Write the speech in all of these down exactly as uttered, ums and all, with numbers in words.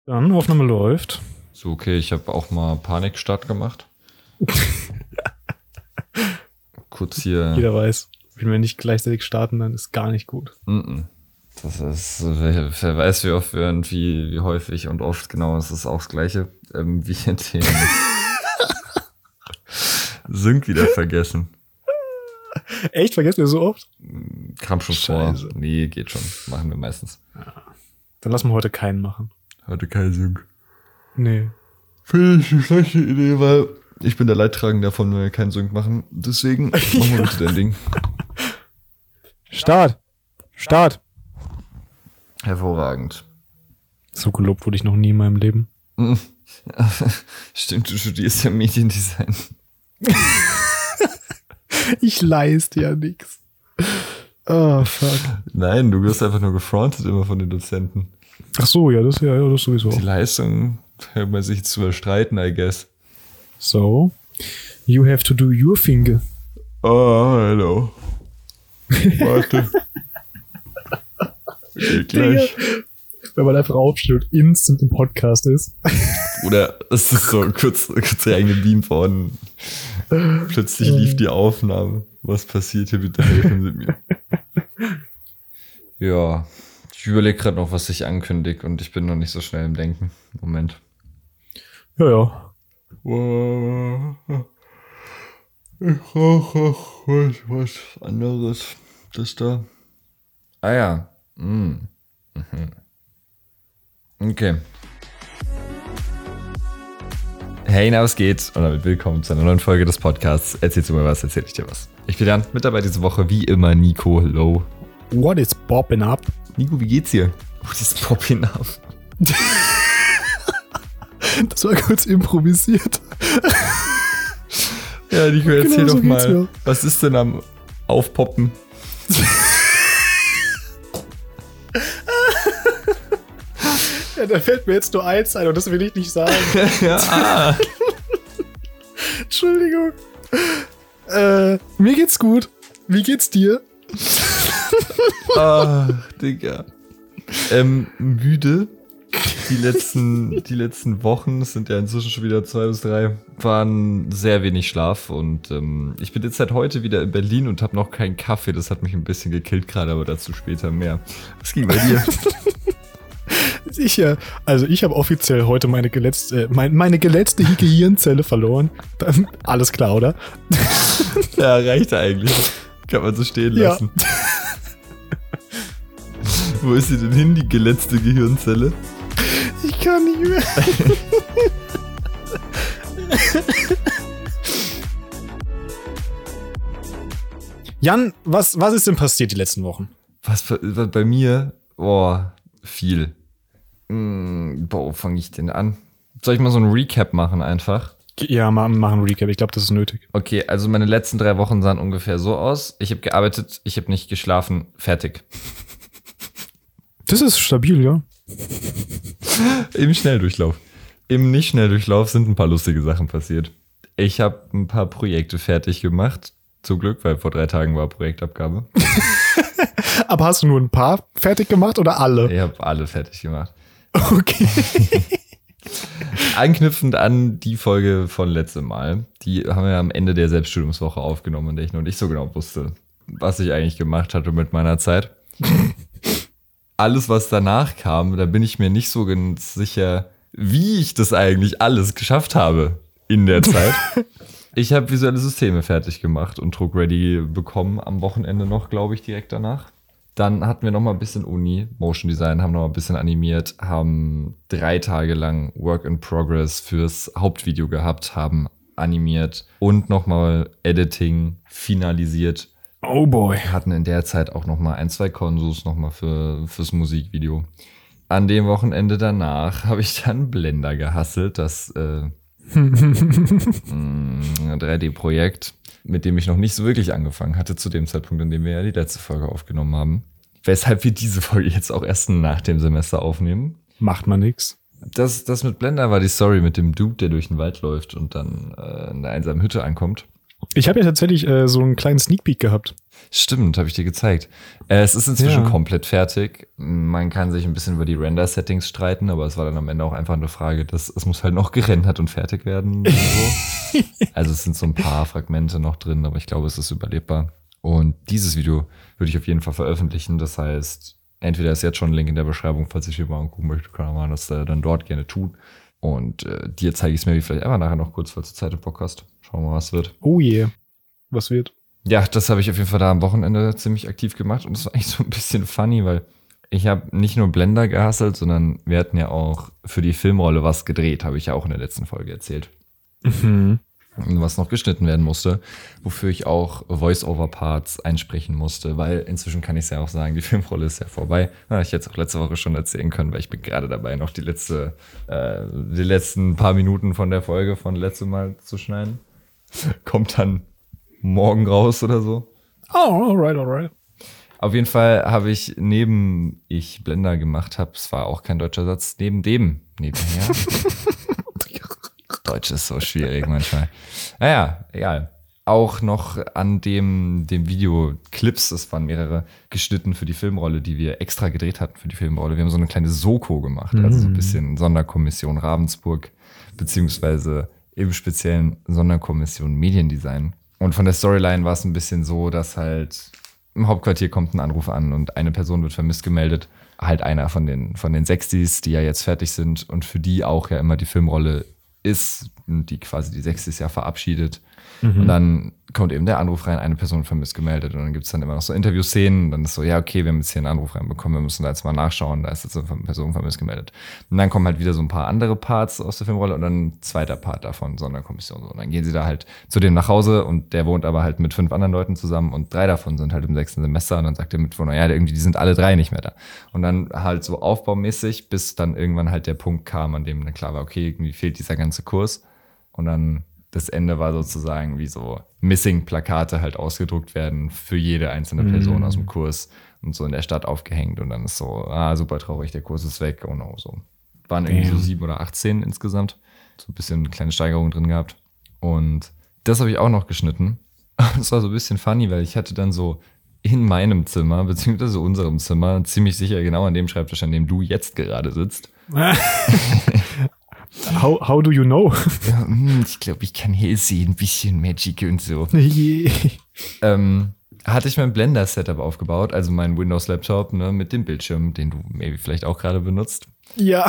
Dann, Aufnahme läuft. So, okay, ich habe auch mal Panikstart gemacht. Kurz hier. Jeder weiß, wenn wir nicht gleichzeitig starten, dann ist gar nicht gut. Mm-mm. Das ist, wer, wer weiß, wie oft wir und wie, wie häufig und oft genau, es ist auch das Gleiche, ähm, wie in den Sync wieder vergessen. Echt? Vergessen wir so oft? Kam schon Scheiße. vor. Nee, geht schon. Machen wir meistens. Ja. Dann lassen wir heute keinen machen. Heute kein Sync. Nee. Finde ich eine schlechte Idee, weil ich bin der Leidtragende davon, wenn wir keinen Sync machen. Deswegen machen wir bitte dein Ding. Start! Start! Hervorragend. So gelobt wurde ich noch nie in meinem Leben. Stimmt, du studierst ja Mediendesign. Ich leiste ja nix. Oh, fuck. Nein, du wirst einfach nur gefrontet immer von den Dozenten. Ach so, ja, das, ja, ja, das sowieso. Die Leistung hört man sich zu überstreiten, I guess. So, you have to do your finger. Oh, hello. Warte. Okay, gleich. Wenn man einfach aufsteht und instant im Podcast ist. Oder es ist so kurz, kurz reingebeamt worden. Plötzlich lief die Aufnahme. Was passiert hier? Bitte helfen Sie mir. Ja, ich überlege gerade noch, was ich ankündige und ich bin noch nicht so schnell im Denken. Moment. Ja, ja. Ich brauche auch was, was anderes. Das da. Ah ja. Mm. Mhm. Okay. Hey, na, was geht? Und damit willkommen zu einer neuen Folge des Podcasts. Erzählst du mir was, erzähl ich dir was. Ich bin Jan, mit dabei diese Woche wie immer Nico. Hello. What is popping up? Nico, wie geht's dir? What is popping up? Das war kurz improvisiert. Ja, Nico, erzähl Genau so doch geht's mal, mir. was ist denn am Aufpoppen? Ja, da fällt mir jetzt nur eins ein und das will ich nicht sagen. Ja, ah. Entschuldigung. Äh, mir geht's gut. Wie geht's dir? Ach, Digga. Ähm, müde. Die letzten, die letzten Wochen, es sind ja inzwischen schon wieder zwei bis drei, waren sehr wenig Schlaf und ähm, ich bin jetzt seit heute wieder in Berlin und habe noch keinen Kaffee. Das hat mich ein bisschen gekillt gerade, aber dazu später mehr. Was ging bei dir? Ich, ja, also ich habe offiziell heute meine geletzte, äh, mein, meine geletzte Gehirnzelle verloren. Dann, alles klar, oder? Ja, reicht eigentlich. Kann man so stehen Ja. lassen. Wo ist sie denn hin, die geletzte Gehirnzelle? Ich kann nicht mehr. Jan, was, was ist denn passiert die letzten Wochen? Was bei, bei mir? Boah, viel. Hm, boah, wo fange ich denn an? Soll ich mal so ein Recap machen einfach? Ja, machen mach einen Recap. Ich glaube, das ist nötig. Okay, also meine letzten drei Wochen sahen ungefähr so aus. Ich habe gearbeitet, ich habe nicht geschlafen, fertig. Das ist stabil, ja. Im Schnelldurchlauf. Im Nicht-Schnelldurchlauf sind ein paar lustige Sachen passiert. Ich habe ein paar Projekte fertig gemacht. Zum Glück, weil vor drei Tagen war Projektabgabe. Aber hast du nur ein paar fertig gemacht oder alle? Ich habe alle fertig gemacht. Okay. Anknüpfend an die Folge von letztem Mal. Die haben wir am Ende der Selbststudiumswoche aufgenommen, in der ich noch nicht so genau wusste, was ich eigentlich gemacht hatte mit meiner Zeit. Alles, was danach kam, da bin ich mir nicht so ganz sicher, wie ich das eigentlich alles geschafft habe in der Zeit. Ich habe visuelle Systeme fertig gemacht und Druck ready bekommen am Wochenende noch, glaube ich, direkt danach. Dann hatten wir noch mal ein bisschen Uni, Motion Design, haben noch mal ein bisschen animiert, haben drei Tage lang Work in Progress fürs Hauptvideo gehabt, haben animiert und noch mal Editing finalisiert. Oh boy. Wir hatten in der Zeit auch noch mal ein, zwei Konsus noch mal für, fürs Musikvideo. An dem Wochenende danach habe ich dann Blender gehustelt, das äh, drei D-Projekt, mit dem ich noch nicht so wirklich angefangen hatte, zu dem Zeitpunkt, in dem wir ja die letzte Folge aufgenommen haben. Weshalb wir diese Folge jetzt auch erst nach dem Semester aufnehmen. Macht man nix. Das, das mit Blender war die Story mit dem Dude, der durch den Wald läuft und dann äh, in einer einsamen Hütte ankommt. Ich habe ja tatsächlich äh, so einen kleinen Sneak Peek gehabt. Stimmt, habe ich dir gezeigt. Äh, es ist inzwischen Ja. komplett fertig. Man kann sich ein bisschen über die Render-Settings streiten, aber es war dann am Ende auch einfach eine Frage, dass es muss halt noch gerendert und fertig werden. Und so. Also es sind so ein paar Fragmente noch drin, aber ich glaube, es ist überlebbar. Und dieses Video würde ich auf jeden Fall veröffentlichen. Das heißt, entweder ist jetzt schon ein Link in der Beschreibung, falls ich mir mal angucken möchte, kann man das äh, dann dort gerne tun. Und äh, dir zeige ich es mir vielleicht einfach nachher noch kurz, falls du Zeit und Bock hast. Schauen wir mal, was wird. Oh je. Was wird? Ja, das habe ich auf jeden Fall da am Wochenende ziemlich aktiv gemacht und das war eigentlich so ein bisschen funny, weil ich habe nicht nur Blender gehasselt, sondern wir hatten ja auch für die Filmrolle was gedreht, habe ich ja auch in der letzten Folge erzählt. Mhm. Was noch geschnitten werden musste, wofür ich auch Voice-Over-Parts einsprechen musste, weil inzwischen kann ich es ja auch sagen, die Filmrolle ist ja vorbei. Ja, ich hätte es auch letzte Woche schon erzählen können, weil ich bin gerade dabei, noch die letzte, äh, die letzten paar Minuten von der Folge von letztem Mal zu schneiden. Kommt dann morgen raus oder so. Oh, alright, alright. Auf jeden Fall habe ich, neben ich Blender gemacht habe, es war auch kein deutscher Satz, neben dem, nebenher. Deutsch ist so schwierig manchmal. Naja, egal. Auch noch an dem, dem Videoclips, das waren mehrere, geschnitten für die Filmrolle, die wir extra gedreht hatten für die Filmrolle. Wir haben so eine kleine Soko gemacht, also so ein bisschen Sonderkommission Ravensburg, beziehungsweise im speziellen Sonderkommission Mediendesign. Und von der Storyline war es ein bisschen so, dass halt im Hauptquartier kommt ein Anruf an und eine Person wird vermisst gemeldet. Halt einer von den, von den Sechstis, die ja jetzt fertig sind und für die auch ja immer die Filmrolle ist, die quasi die Sechstis ja verabschiedet. Mhm. Und dann kommt eben der Anruf rein, eine Person vermisst gemeldet. Und dann gibt es dann immer noch so Interviewszenen. Und dann ist so, ja, okay, wir haben jetzt hier einen Anruf reinbekommen, wir müssen da jetzt mal nachschauen, da ist jetzt eine Person vermisst gemeldet. Und dann kommen halt wieder so ein paar andere Parts aus der Filmrolle und dann ein zweiter Part davon, Sonderkommission. Und dann gehen sie da halt zu dem nach Hause und der wohnt aber halt mit fünf anderen Leuten zusammen und drei davon sind halt im sechsten Semester. Und dann sagt der Mitwohner, ja, irgendwie, die sind alle drei nicht mehr da. Und dann halt so aufbaumäßig, bis dann irgendwann halt der Punkt kam, an dem dann klar war, okay, irgendwie fehlt dieser ganze Kurs. Und dann das Ende war sozusagen wie so Missing-Plakate halt ausgedruckt werden für jede einzelne Person mm. aus dem Kurs und so in der Stadt aufgehängt. Und dann ist so, ah, super traurig, der Kurs ist weg. Oh no, so. Waren irgendwie Damn. so sieben oder achtzehn insgesamt. So ein bisschen eine kleine Steigerung drin gehabt. Und das habe ich auch noch geschnitten. Das war so ein bisschen funny, weil ich hatte dann so in meinem Zimmer, beziehungsweise unserem Zimmer, ziemlich sicher genau an dem Schreibtisch, an dem du jetzt gerade sitzt. How, how do you know? Ja, ich glaube, ich kann hier sehen, ein bisschen Magic und so. ähm, hatte ich mein Blender-Setup aufgebaut, also meinen Windows-Laptop, ne, mit dem Bildschirm, den du maybe vielleicht auch gerade benutzt. Ja.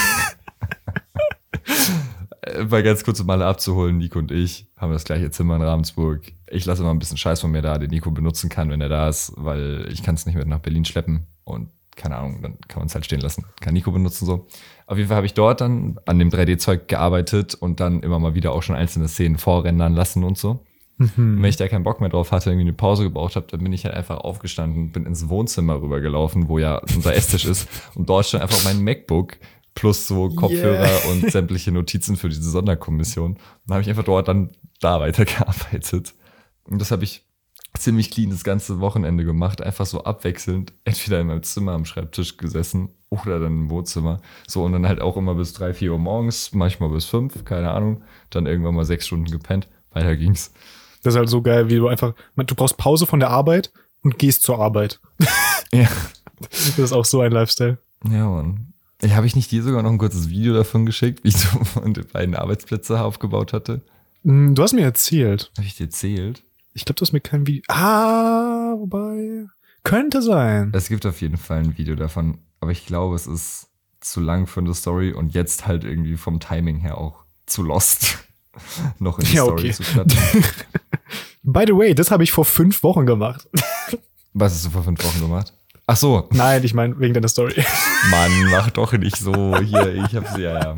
Mal ganz kurz, um alle abzuholen, Nico und ich haben das gleiche Zimmer in Ravensburg. Ich lasse immer ein bisschen Scheiß von mir da, den Nico benutzen kann, wenn er da ist, weil ich kann es nicht mit nach Berlin schleppen und keine Ahnung, dann kann man es halt stehen lassen. Kann Nico benutzen so. Auf jeden Fall habe ich dort dann an dem drei D-Zeug gearbeitet und dann immer mal wieder auch schon einzelne Szenen vorrendern lassen und so. Mhm. Und wenn ich da keinen Bock mehr drauf hatte, irgendwie eine Pause gebraucht habe, dann bin ich halt einfach aufgestanden, bin ins Wohnzimmer rübergelaufen, wo ja unser Esstisch ist und dort stand einfach mein MacBook plus so Kopfhörer yeah. und sämtliche Notizen für diese Sonderkommission. Und dann habe ich einfach dort dann da weitergearbeitet. Und das habe ich ziemlich clean das ganze Wochenende gemacht, einfach so abwechselnd, entweder in meinem Zimmer am Schreibtisch gesessen oder dann im Wohnzimmer. So und dann halt auch immer bis drei, vier Uhr morgens, manchmal bis fünf, keine Ahnung. Dann irgendwann mal sechs Stunden gepennt, weiter ging's. Das ist halt so geil, wie du einfach, du brauchst Pause von der Arbeit und gehst zur Arbeit. Ja. Das ist auch so ein Lifestyle. Ja, Mann. Ja, habe ich nicht dir sogar noch ein kurzes Video davon geschickt, wie ich so die beiden Arbeitsplätze aufgebaut hatte? Du hast mir erzählt. Habe ich dir erzählt? Ich glaube, du hast mir kein Video. Ah, wobei. Könnte sein. Es gibt auf jeden Fall ein Video davon, aber ich glaube, es ist zu lang für eine Story und jetzt halt irgendwie vom Timing her auch zu lost, noch in die ja, Story okay. zu starten. By the way, das habe ich vor fünf Wochen gemacht. Was hast du vor fünf Wochen gemacht? Ach so. Nein, ich meine wegen deiner Story. Mann, mach doch nicht so. Hier, ich hab's ja,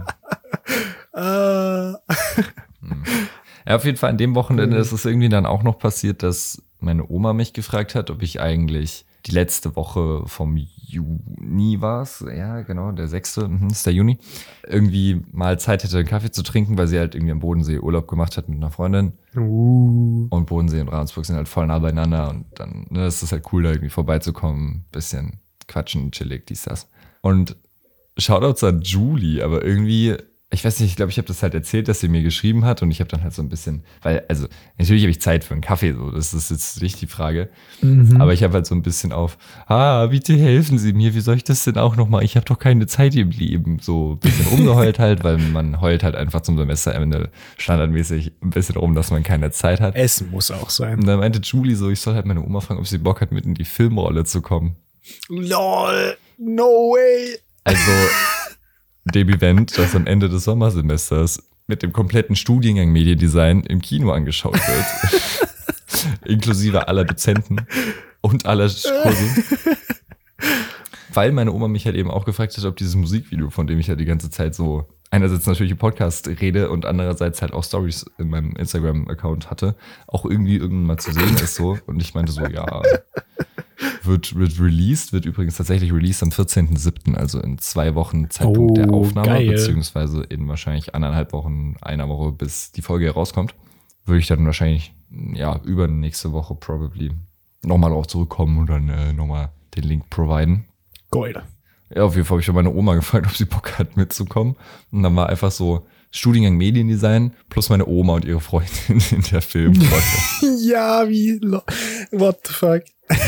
ja. Uh. Hm. Ja, auf jeden Fall an dem Wochenende ist es irgendwie dann auch noch passiert, dass meine Oma mich gefragt hat, ob ich eigentlich die letzte Woche vom Juni war es, ja genau, der sechste, ist der Juni, irgendwie mal Zeit hätte, einen Kaffee zu trinken, weil sie halt irgendwie am Bodensee Urlaub gemacht hat mit einer Freundin. Uh. Und Bodensee und Ravensburg sind halt voll nah beieinander und dann ne, ist es halt cool, da irgendwie vorbeizukommen, bisschen quatschen, chillig, dies, das. Und Shoutouts an Julie, aber irgendwie ich weiß nicht, ich glaube, ich habe das halt erzählt, dass sie mir geschrieben hat und ich habe dann halt so ein bisschen, weil, also natürlich habe ich Zeit für einen Kaffee, so, das ist jetzt nicht die Frage, mhm. aber ich habe halt so ein bisschen auf, ah, bitte helfen Sie mir, wie soll ich das denn auch nochmal, ich habe doch keine Zeit im Leben, so ein bisschen rumgeheult halt, weil man heult halt einfach zum Semesterende standardmäßig ein bisschen rum, dass man keine Zeit hat. Es muss auch sein. Und dann meinte Julie so, ich soll halt meine Oma fragen, ob sie Bock hat, mit in die Filmrolle zu kommen. Lol, no way. Also dem Event, das am Ende des Sommersemesters mit dem kompletten Studiengang Mediendesign im Kino angeschaut wird. Inklusive aller Dozenten und aller Kurse. Weil meine Oma mich halt eben auch gefragt hat, ob dieses Musikvideo, von dem ich ja die ganze Zeit so einerseits natürlich im Podcast rede und andererseits halt auch Stories in meinem Instagram-Account hatte, auch irgendwie irgendwann mal zu sehen ist so. Und ich meinte so, ja, wird, wird released, wird übrigens tatsächlich released am vierzehnten siebten, also in zwei Wochen Zeitpunkt oh, der Aufnahme, geil. Beziehungsweise in wahrscheinlich anderthalb Wochen, einer Woche, bis die Folge herauskommt. Würde ich dann wahrscheinlich, ja, übernächste Woche probably nochmal drauf zurückkommen und dann äh, nochmal den Link providen. Geil. Ja, auf jeden Fall habe ich schon meine Oma gefragt, ob sie Bock hat mitzukommen. Und dann war einfach so Studiengang Mediendesign plus meine Oma und ihre Freundin in der Filmrolle. Ja, wie, lo- what the fuck.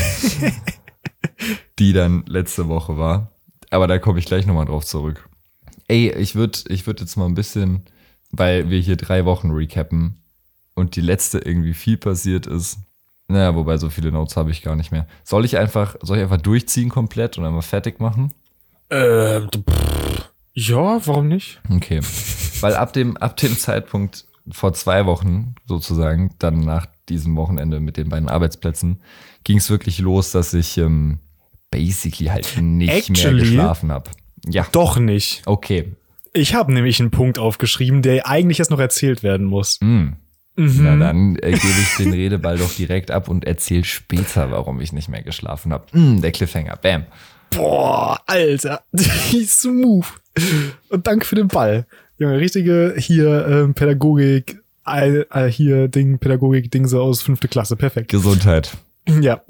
Die dann letzte Woche war. Aber da komme ich gleich nochmal drauf zurück. Ey, ich würde ich würd jetzt mal ein bisschen, weil wir hier drei Wochen recappen und die letzte irgendwie viel passiert ist. Naja, wobei so viele Notes habe ich gar nicht mehr. Soll ich einfach, soll ich einfach durchziehen komplett und einmal fertig machen? Äh, pff, ja, warum nicht? Okay. Weil ab dem, ab dem Zeitpunkt vor zwei Wochen sozusagen, dann nach diesem Wochenende mit den beiden Arbeitsplätzen, ging es wirklich los, dass ich ähm, basically halt nicht Actually? mehr geschlafen habe. Ja. Doch nicht. Okay. Ich habe nämlich einen Punkt aufgeschrieben, der eigentlich erst noch erzählt werden muss. Mm. Mhm. Na, dann äh, gebe ich den Redeball doch direkt ab und erzähle später, warum ich nicht mehr geschlafen habe. Mm, der Cliffhanger. Bam. Boah, Alter. Smooth. Und danke für den Ball. Junge, richtige hier ähm, Pädagogik, äh, äh, hier Ding, Pädagogik-Ding so aus fünfte Klasse. Perfekt. Gesundheit. Ja.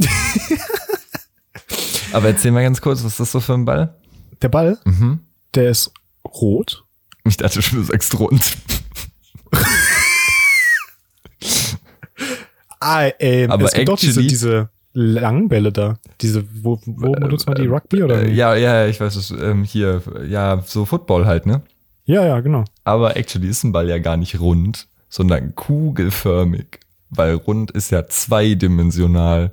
Aber erzähl mal ganz kurz, was ist das so für ein Ball? Der Ball, Mhm. der ist rot. Ich dachte schon, du sagst rund. Ah, ähm, Aber es gibt doch diese, actually- diese langen Bälle da. Diese, wo, wo benutzt man die? Rugby oder Äh, wie? ja, ja, ich weiß es. Ähm, hier, ja, so Football halt, ne? Ja, ja, genau. Aber actually ist ein Ball ja gar nicht rund, sondern kugelförmig. Weil rund ist ja zweidimensional.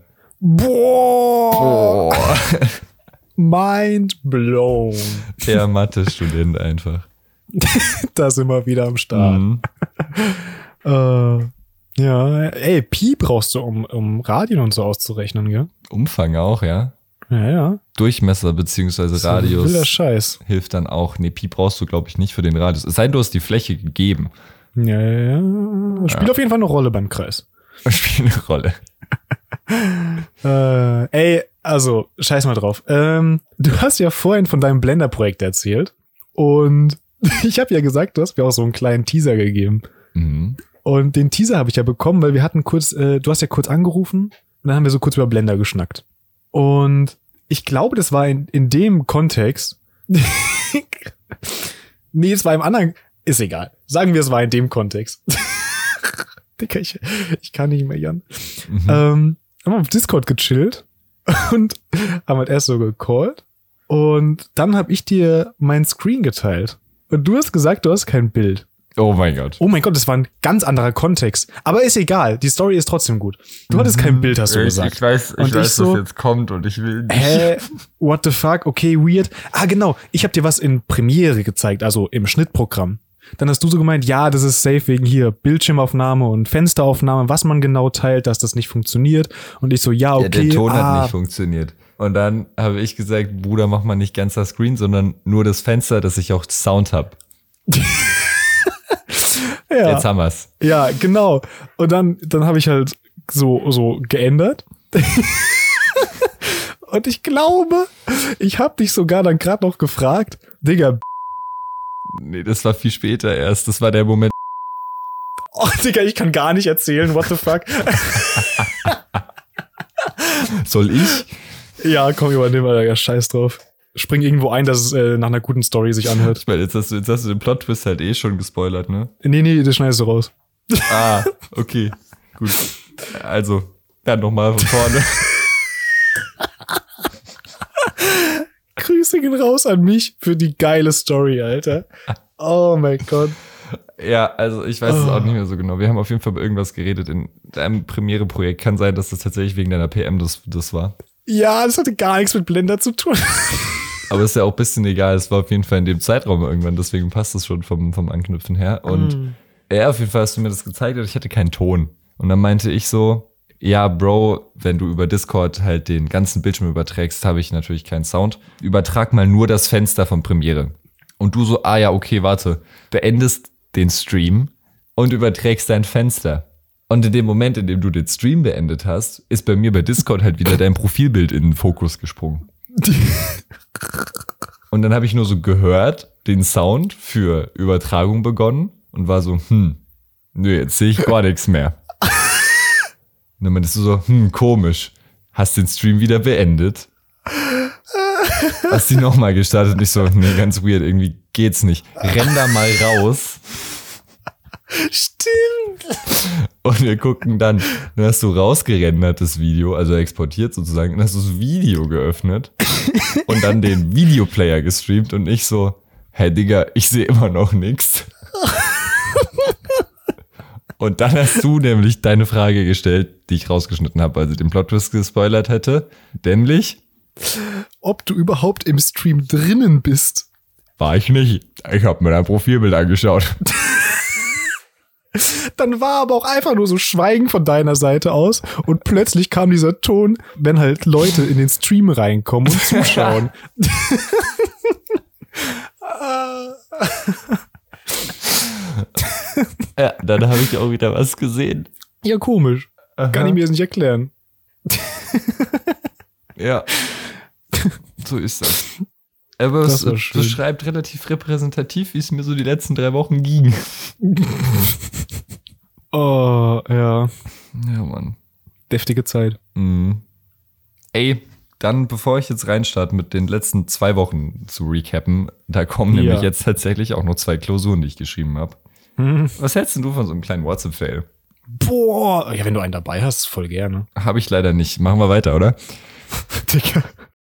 Boah! Boah. Mind blown. Der Mathe-Student einfach. Da sind wir wieder am Start. Mhm. Äh, ja, ey, Pi brauchst du, um, um Radien und so auszurechnen, gell? Umfang auch, ja. Ja, ja. Durchmesser beziehungsweise So ein Radius wilder Scheiß. hilft dann auch. Nee, Pi brauchst du, glaube ich, nicht für den Radius. Es sei denn, du hast die Fläche gegeben. Ja, ja, ja. Spielt Ja. auf jeden Fall eine Rolle beim Kreis. Spielt eine Rolle. Äh, ey, also, scheiß mal drauf. Ähm, du hast ja vorhin von deinem Blender-Projekt erzählt. Und ich habe ja gesagt, du hast mir auch so einen kleinen Teaser gegeben. Mhm. Und den Teaser habe ich ja bekommen, weil wir hatten kurz, äh, du hast ja kurz angerufen und dann haben wir so kurz über Blender geschnackt. Und ich glaube, das war in, in dem Kontext. Nee, es war im anderen. Ist egal. Sagen wir, es war in dem Kontext. Digga, ich, ich kann nicht mehr, Jan. Mhm. Ähm, haben wir auf Discord gechillt und haben halt erst so gecallt. Und dann habe ich dir mein Screen geteilt. Und du hast gesagt, du hast kein Bild. Oh mein Gott. Oh mein Gott, das war ein ganz anderer Kontext. Aber ist egal, die Story ist trotzdem gut. Du hattest kein Bild, hast du ich, gesagt. Ich weiß, ich Und weiß ich so, was jetzt kommt und ich will nicht. Hä? What the fuck? Okay, weird. Ah, genau. Ich habe dir was in Premiere gezeigt, also im Schnittprogramm. Dann hast du so gemeint, ja, das ist safe wegen hier Bildschirmaufnahme und Fensteraufnahme, was man genau teilt, dass das nicht funktioniert. Und ich so, ja, okay. Ja, der Ton ah, hat nicht funktioniert. Und dann habe ich gesagt, Bruder, mach mal nicht ganz das Screen, sondern nur das Fenster, dass ich auch Sound habe. ja. Jetzt haben wir's. Ja, genau. Und dann, dann habe ich halt so, so geändert. Und ich glaube, ich habe dich sogar dann gerade noch gefragt, Digga, Nee, das war viel später erst. Das war der Moment. oh, Digga, ich kann gar nicht erzählen, what the fuck. Soll ich? Ja, komm, übernimm mal, ja, scheiß drauf. spring irgendwo ein, dass es äh, nach einer guten Story sich anhört. Ich meine, jetzt hast du, jetzt hast du den Plot-Twist halt eh schon gespoilert, ne? Nee, nee, das schneidest du raus. Ah, okay. Gut. Also, dann nochmal von vorne. Grüße gehen raus an mich für die geile Story, Alter. Oh mein Gott. Ja, also ich weiß oh. es auch nicht mehr so genau. Wir haben auf jeden Fall über irgendwas geredet in deinem Premiere-Projekt. Kann sein, dass das tatsächlich wegen deiner P M das, das war. Ja, das hatte gar nichts mit Blender zu tun. Aber ist ja auch ein bisschen egal. Es war auf jeden Fall in dem Zeitraum irgendwann. Deswegen passt das schon vom, vom Anknüpfen her. Und mm. ja, auf jeden Fall hast du mir das gezeigt und ich hatte keinen Ton. Und dann meinte ich so, ja, Bro, wenn du über Discord halt den ganzen Bildschirm überträgst, habe ich natürlich keinen Sound. Übertrag mal nur das Fenster von Premiere. Und du so, ah ja, okay, warte. Beendest den Stream und überträgst dein Fenster. Und in dem Moment, in dem du den Stream beendet hast, ist bei mir bei Discord halt wieder dein Profilbild in den Fokus gesprungen. Und dann habe ich nur so gehört, den Sound für Übertragung begonnen und war so, hm, nö, jetzt sehe ich gar nichts mehr. Und dann meintest du so, hm, komisch. Hast den Stream wieder beendet? Hast die nochmal gestartet und ich so, nee, ganz weird, irgendwie geht's nicht. Renn da mal raus. Stimmt. Und wir gucken dann, dann hast du rausgerendert das Video, also exportiert sozusagen, dann hast du das Video geöffnet und dann den Videoplayer gestreamt und ich so, hey Digga, ich sehe immer noch nix. Und dann hast du nämlich deine Frage gestellt, die ich rausgeschnitten habe, weil sie den Plot-Twist gespoilert hätte, nämlich ob du überhaupt im Stream drinnen bist. War ich nicht. Ich habe mir dein Profilbild angeschaut. Dann war aber auch einfach nur so Schweigen von deiner Seite aus und plötzlich kam dieser Ton, wenn halt Leute in den Stream reinkommen und zuschauen. Ja, dann habe ich auch wieder was gesehen. Ja, komisch. Aha. Kann ich mir das nicht erklären. Ja, so ist das. Aber es beschreibt relativ repräsentativ, wie es mir so die letzten drei Wochen ging. Oh, ja. Ja, Mann. Deftige Zeit. Mhm. Ey, dann, bevor ich jetzt reinstarte mit den letzten zwei Wochen zu recappen, da kommen ja. nämlich jetzt tatsächlich auch noch zwei Klausuren, die ich geschrieben habe. Hm. Was hältst denn du von so einem kleinen WhatsApp-Fail? Boah, ja, wenn du einen dabei hast, voll gerne. Habe ich leider nicht. Machen wir weiter, oder? Digga.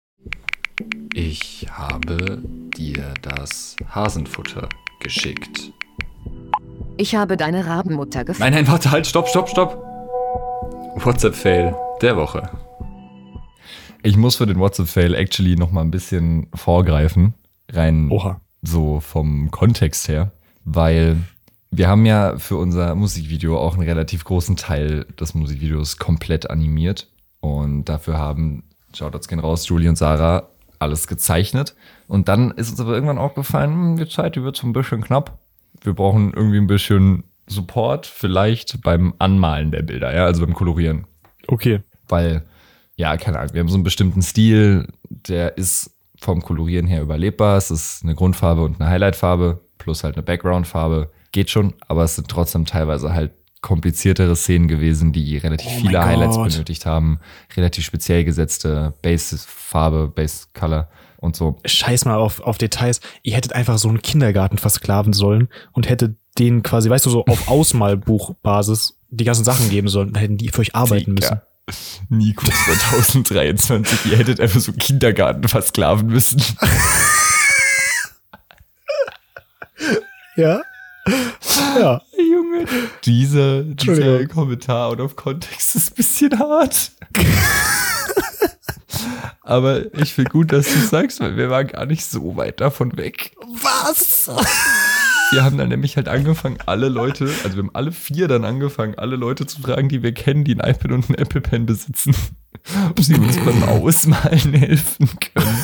Ich habe dir das Hasenfutter geschickt. Ich habe deine Rabenmutter gefunden. Nein, nein, warte, halt, stopp, stopp, stopp. WhatsApp-Fail der Woche. Ich muss für den WhatsApp-Fail actually noch mal ein bisschen vorgreifen. Rein Oha. so vom Kontext her. Weil wir haben ja für unser Musikvideo auch einen relativ großen Teil des Musikvideos komplett animiert. Und dafür haben, Shoutouts gehen raus, Julie und Sarah alles gezeichnet. Und dann ist uns aber irgendwann aufgefallen, hm, die Zeit, die wird so ein bisschen knapp. Wir brauchen irgendwie ein bisschen Support, vielleicht beim Anmalen der Bilder, ja, also beim Kolorieren. Okay. Weil, ja, keine Ahnung, wir haben so einen bestimmten Stil, der ist vom Kolorieren her überlebbar. Es ist eine Grundfarbe und eine Highlightfarbe plus halt eine Backgroundfarbe. Geht schon, aber es sind trotzdem teilweise halt kompliziertere Szenen gewesen, die relativ oh viele Highlights benötigt haben, relativ speziell gesetzte Base-Farbe, Base-Color und so. Scheiß mal auf, auf Details. Ihr hättet einfach so einen Kindergarten versklaven sollen und hättet denen quasi, weißt du, so auf Ausmalbuchbasis die ganzen Sachen geben sollen. Da hätten die für euch arbeiten Digga. müssen. Nico zwanzig dreiundzwanzig, ihr hättet einfach so einen Kindergarten versklaven müssen. Ja? Ja. Junge, dieser, dieser Kommentar out of context ist ein bisschen hart. Aber ich finde gut, dass du sagst, weil wir waren gar nicht so weit davon weg. Was? Wir haben dann nämlich halt angefangen, alle Leute, also wir haben alle vier dann angefangen, alle Leute zu fragen, die wir kennen, die ein iPad und ein Apple Pen besitzen, ob sie uns beim Ausmalen helfen können.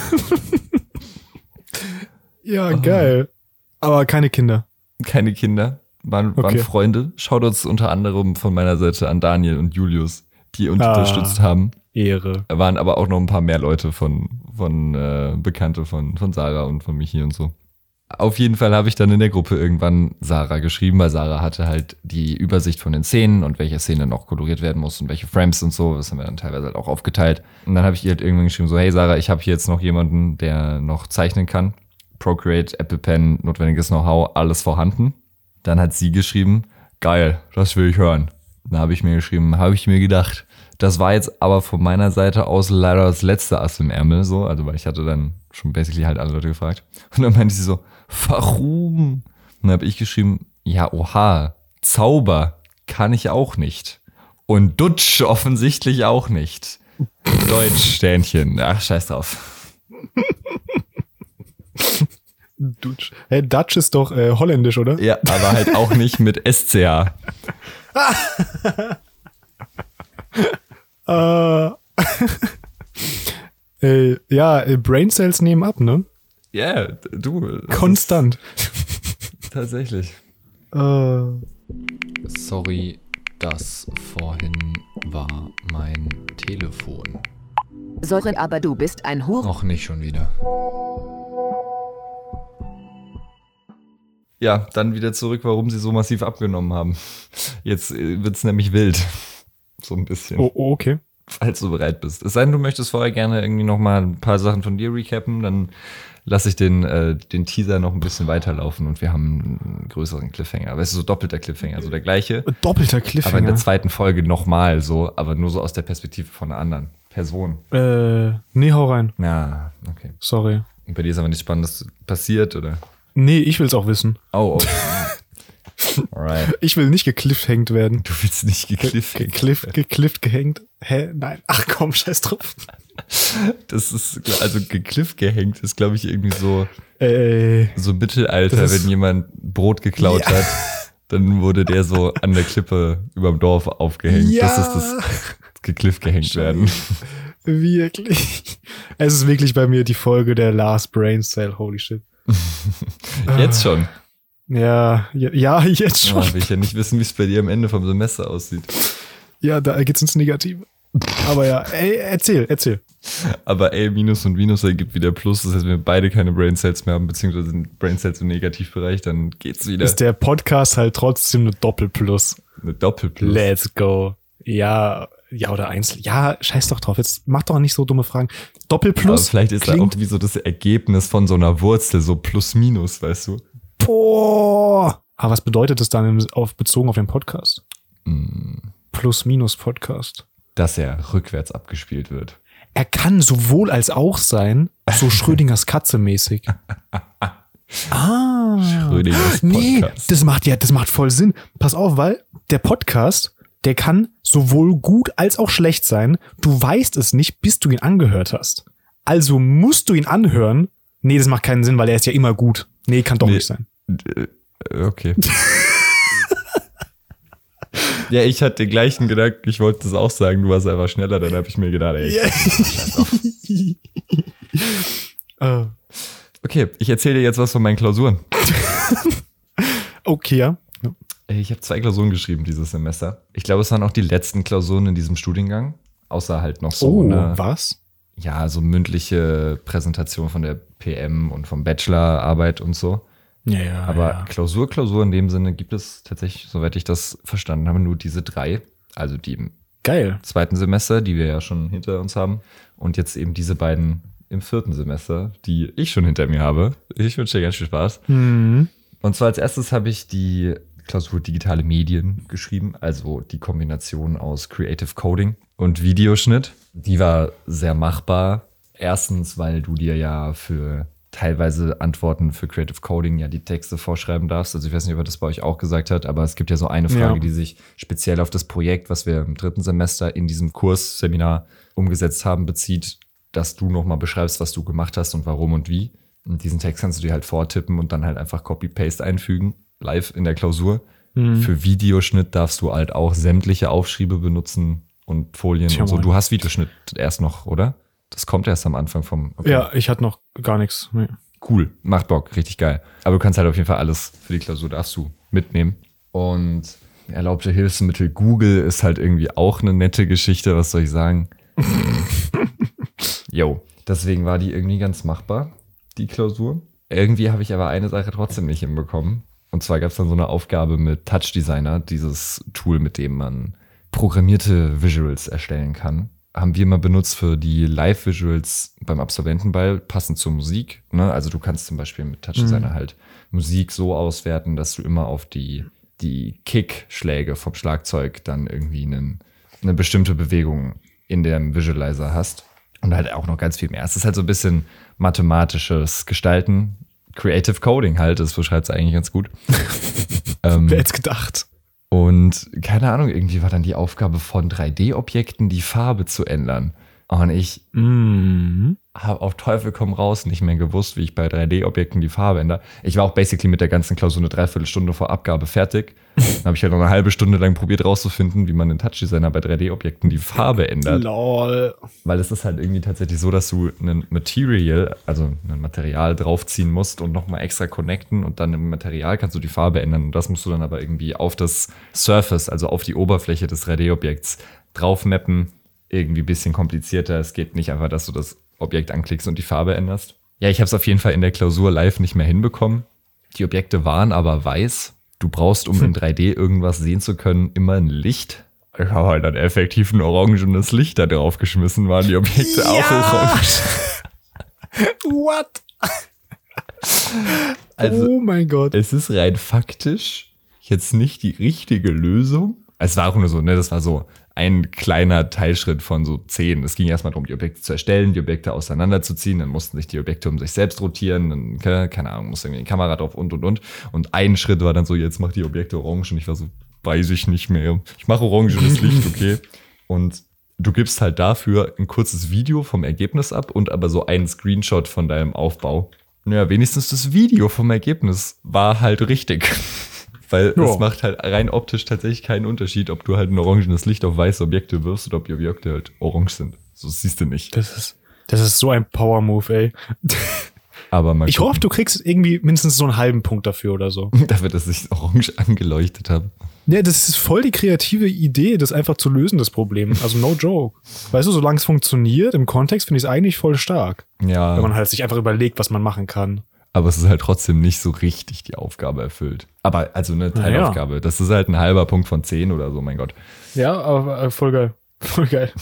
Ja, oh. Geil. Aber keine Kinder. Keine Kinder, waren, waren okay. Freunde. Schaut uns unter anderem von meiner Seite an Daniel und Julius, die uns ah, unterstützt haben. Ehre. Waren aber auch noch ein paar mehr Leute von, von äh, Bekannte von, von Sarah und von Michi und so. Auf jeden Fall habe ich dann in der Gruppe irgendwann Sarah geschrieben, weil Sarah hatte halt die Übersicht von den Szenen und welche Szene noch koloriert werden muss und welche Frames und so. Das haben wir dann teilweise halt auch aufgeteilt. Und dann habe ich ihr halt irgendwann geschrieben, so, hey Sarah, ich habe hier jetzt noch jemanden, der noch zeichnen kann. Procreate, Apple Pen, notwendiges Know-how, alles vorhanden. Dann hat sie geschrieben, geil, das will ich hören. Dann habe ich mir geschrieben, habe ich mir gedacht. Das war jetzt aber von meiner Seite aus leider das letzte Ass im Ärmel, so, also weil ich hatte dann schon basically halt alle Leute gefragt. Und dann meinte sie so, warum? Und dann habe ich geschrieben, ja, oha, Zauber kann ich auch nicht. Und Dutsch offensichtlich auch nicht. Deutsch, Sternchen, ach, scheiß drauf. Dutsch. Hey, Dutch ist doch äh, holländisch, oder? Ja, aber halt auch nicht mit S C H. Uh, äh, ja, äh, Brain Cells nehmen ab, ne? Ja, yeah, du. Konstant. Tatsächlich. Uh. Sorry, das vorhin war mein Telefon. Sorry, aber du bist ein Hure. Noch nicht schon wieder. Ja, dann wieder zurück, warum sie so massiv abgenommen haben. Jetzt wird's nämlich wild. So ein bisschen. Oh, oh, okay. Falls du bereit bist. Es sei denn, du möchtest vorher gerne irgendwie noch mal ein paar Sachen von dir recappen, dann lasse ich den, äh, den Teaser noch ein bisschen weiterlaufen und wir haben einen größeren Cliffhanger. Weißt du, so doppelter Cliffhanger, also der gleiche. Doppelter Cliffhanger? Aber in der zweiten Folge nochmal so, aber nur so aus der Perspektive von einer anderen Person. Äh, nee, hau rein. Ja, okay. Sorry. Und bei dir ist aber nichts Spannendes passiert, oder? Nee, ich will's auch wissen. Oh, okay. Alright. Ich will nicht gekliffhängt werden. Du willst nicht gekliffhängt Gekliff, geklift, gehängt. Hä? Nein. Ach komm, scheiß drauf. Das ist, also gekliff gehängt ist, glaube ich, irgendwie so, äh, so Mittelalter, ist, wenn jemand Brot geklaut ja. hat, dann wurde der so an der Klippe überm Dorf aufgehängt. Ja. Das ist das gekliff gehängt werden. Wirklich. Es ist wirklich bei mir die Folge der Last Brain Cell. Holy shit. Jetzt schon. Ja, ja, ja, jetzt schon. Oh, will ich ja nicht wissen, wie es bei dir am Ende vom Semester aussieht. Ja, da geht's ins Negative. Aber ja, ey, erzähl, erzähl. Aber ey, Minus und Minus ergibt wieder Plus. Das heißt, wenn wir beide keine Brain Cells mehr haben, beziehungsweise sind Brain Cells im Negativbereich, dann geht's wieder. Ist der Podcast halt trotzdem eine Doppelplus. Eine Doppelplus. Let's go. Ja, ja oder eins. Ja, scheiß doch drauf. Jetzt mach doch nicht so dumme Fragen. Doppelplus. Aber vielleicht ist da auch wie so das Ergebnis von so einer Wurzel, so Plus Minus, weißt du? Boah. Aber was bedeutet das dann im, auf, bezogen auf den Podcast? Mm. Plus-Minus-Podcast. Dass er rückwärts abgespielt wird. Er kann sowohl als auch sein, so Schrödingers Katze mäßig. Ah. Schrödingers Podcast. Nee, das macht ja, das macht voll Sinn. Pass auf, weil der Podcast, der kann sowohl gut als auch schlecht sein. Du weißt es nicht, bis du ihn angehört hast. Also musst du ihn anhören. Nee, das macht keinen Sinn, weil er ist ja immer gut. Nee, kann doch nee. nicht sein. Okay. Ja, ich hatte den gleichen Gedanken, ich wollte das auch sagen, du warst einfach schneller, dann habe ich mir gedacht, ey. uh. Okay, ich erzähle dir jetzt was von meinen Klausuren. Okay, ja. Ich habe zwei Klausuren geschrieben dieses Semester. Ich glaube, es waren auch die letzten Klausuren in diesem Studiengang, außer halt noch so oh, eine, was? Ja, so mündliche Präsentation von der P M und vom Bachelorarbeit und so. Ja, ja. Aber ja. Klausur, Klausur in dem Sinne gibt es tatsächlich, soweit ich das verstanden habe, nur diese drei. Also die im Geil. zweiten Semester, die wir ja schon hinter uns haben. Und jetzt eben diese beiden im vierten Semester, die ich schon hinter mir habe. Ich wünsche dir ganz viel Spaß. Mhm. Und zwar als erstes habe ich die Klausur Digitale Medien geschrieben, also die Kombination aus Creative Coding und Videoschnitt. Die war sehr machbar. Erstens, weil du dir ja für teilweise Antworten für Creative Coding ja die Texte vorschreiben darfst. Also ich weiß nicht, ob er das bei euch auch gesagt hat, aber es gibt ja so eine Frage, ja. die sich speziell auf das Projekt, was wir im dritten Semester in diesem Kursseminar umgesetzt haben, bezieht, dass du nochmal beschreibst, was du gemacht hast und warum und wie. Und diesen Text kannst du dir halt vortippen und dann halt einfach Copy-Paste einfügen, live in der Klausur. Mhm. Für Videoschnitt darfst du halt auch sämtliche Aufschriebe benutzen und Folien Tja, und so. Du hast Videoschnitt erst noch, oder? Das kommt erst am Anfang vom... Okay. Ja, ich hatte noch gar nichts. Nee. Cool, macht Bock, richtig geil. Aber du kannst halt auf jeden Fall alles für die Klausur, darfst du mitnehmen. Und erlaubte Hilfsmittel Google ist halt irgendwie auch eine nette Geschichte, was soll ich sagen? Jo, deswegen war die irgendwie ganz machbar, die Klausur. Irgendwie habe ich aber eine Sache trotzdem nicht hinbekommen. Und zwar gab es dann so eine Aufgabe mit Touch Designer, dieses Tool, mit dem man programmierte Visuals erstellen kann. Haben wir mal benutzt für die Live-Visuals beim Absolventenball, passend zur Musik. Ne? Also du kannst zum Beispiel mit Touch Designer mhm. halt Musik so auswerten, dass du immer auf die, die Kick-Schläge vom Schlagzeug dann irgendwie einen, eine bestimmte Bewegung in dem Visualizer hast. Und halt auch noch ganz viel mehr. Es ist halt so ein bisschen mathematisches Gestalten. Creative Coding halt, das beschreibt es eigentlich ganz gut. ähm, Wer hätte gedacht? Und keine Ahnung, irgendwie war dann die Aufgabe von drei D-Objekten die Farbe zu ändern. Und ich Mhm. habe auf Teufel komm raus nicht mehr gewusst, wie ich bei drei D-Objekten die Farbe ändere. Ich war auch basically mit der ganzen Klausur eine Dreiviertelstunde vor Abgabe fertig. Dann habe ich halt noch eine halbe Stunde lang probiert rauszufinden, wie man in Touch Designer bei drei D-Objekten die Farbe ändert. Lol. Weil es ist halt irgendwie tatsächlich so, dass du ein Material, also ein Material draufziehen musst und nochmal extra connecten und dann im Material kannst du die Farbe ändern. Und das musst du dann aber irgendwie auf das Surface, also auf die Oberfläche des drei D-Objekts draufmappen. Irgendwie ein bisschen komplizierter. Es geht nicht einfach, dass du das Objekt anklickst und die Farbe änderst. Ja, ich habe es auf jeden Fall in der Klausur live nicht mehr hinbekommen. Die Objekte waren aber weiß. Du brauchst, um in drei D irgendwas sehen zu können, immer ein Licht. Ich habe halt dann effektiv ein orangenes Licht da drauf geschmissen, waren die Objekte auch orange. What? Also, oh mein Gott. es ist rein faktisch jetzt nicht die richtige Lösung. Es war auch nur so, ne, das war so ein kleiner Teilschritt von so zehn. Es ging erstmal darum, die Objekte zu erstellen, die Objekte auseinanderzuziehen, dann mussten sich die Objekte um sich selbst rotieren, dann, keine Ahnung, musste irgendwie die Kamera drauf und, und, und. Und ein Schritt war dann so, jetzt mach die Objekte orange und ich war so, weiß ich nicht mehr. Ich mache orangenes Licht, okay. Und du gibst halt dafür ein kurzes Video vom Ergebnis ab und aber so einen Screenshot von deinem Aufbau. Naja, wenigstens das Video vom Ergebnis war halt richtig. Weil Ja. es macht halt rein optisch tatsächlich keinen Unterschied, ob du halt ein orangenes Licht auf weiße Objekte wirfst oder ob die Objekte halt orange sind. So das siehst du nicht. Das ist, das ist so ein Power-Move, ey. Aber mal Ich hoffe, du kriegst irgendwie mindestens so einen halben Punkt dafür oder so. gucken, dafür, dass ich orange angeleuchtet habe. Ja, das ist voll die kreative Idee, das einfach zu lösen, das Problem. Also no joke. Weißt du, solange es funktioniert, im Kontext finde ich es eigentlich voll stark. Ja, Wenn man halt sich einfach überlegt, was man machen kann. aber es ist halt trotzdem nicht so richtig die Aufgabe erfüllt. Aber also eine Na ja. Teilaufgabe. Das ist halt ein halber Punkt von zehn oder so, mein Gott. Ja, aber äh, voll geil. Voll geil.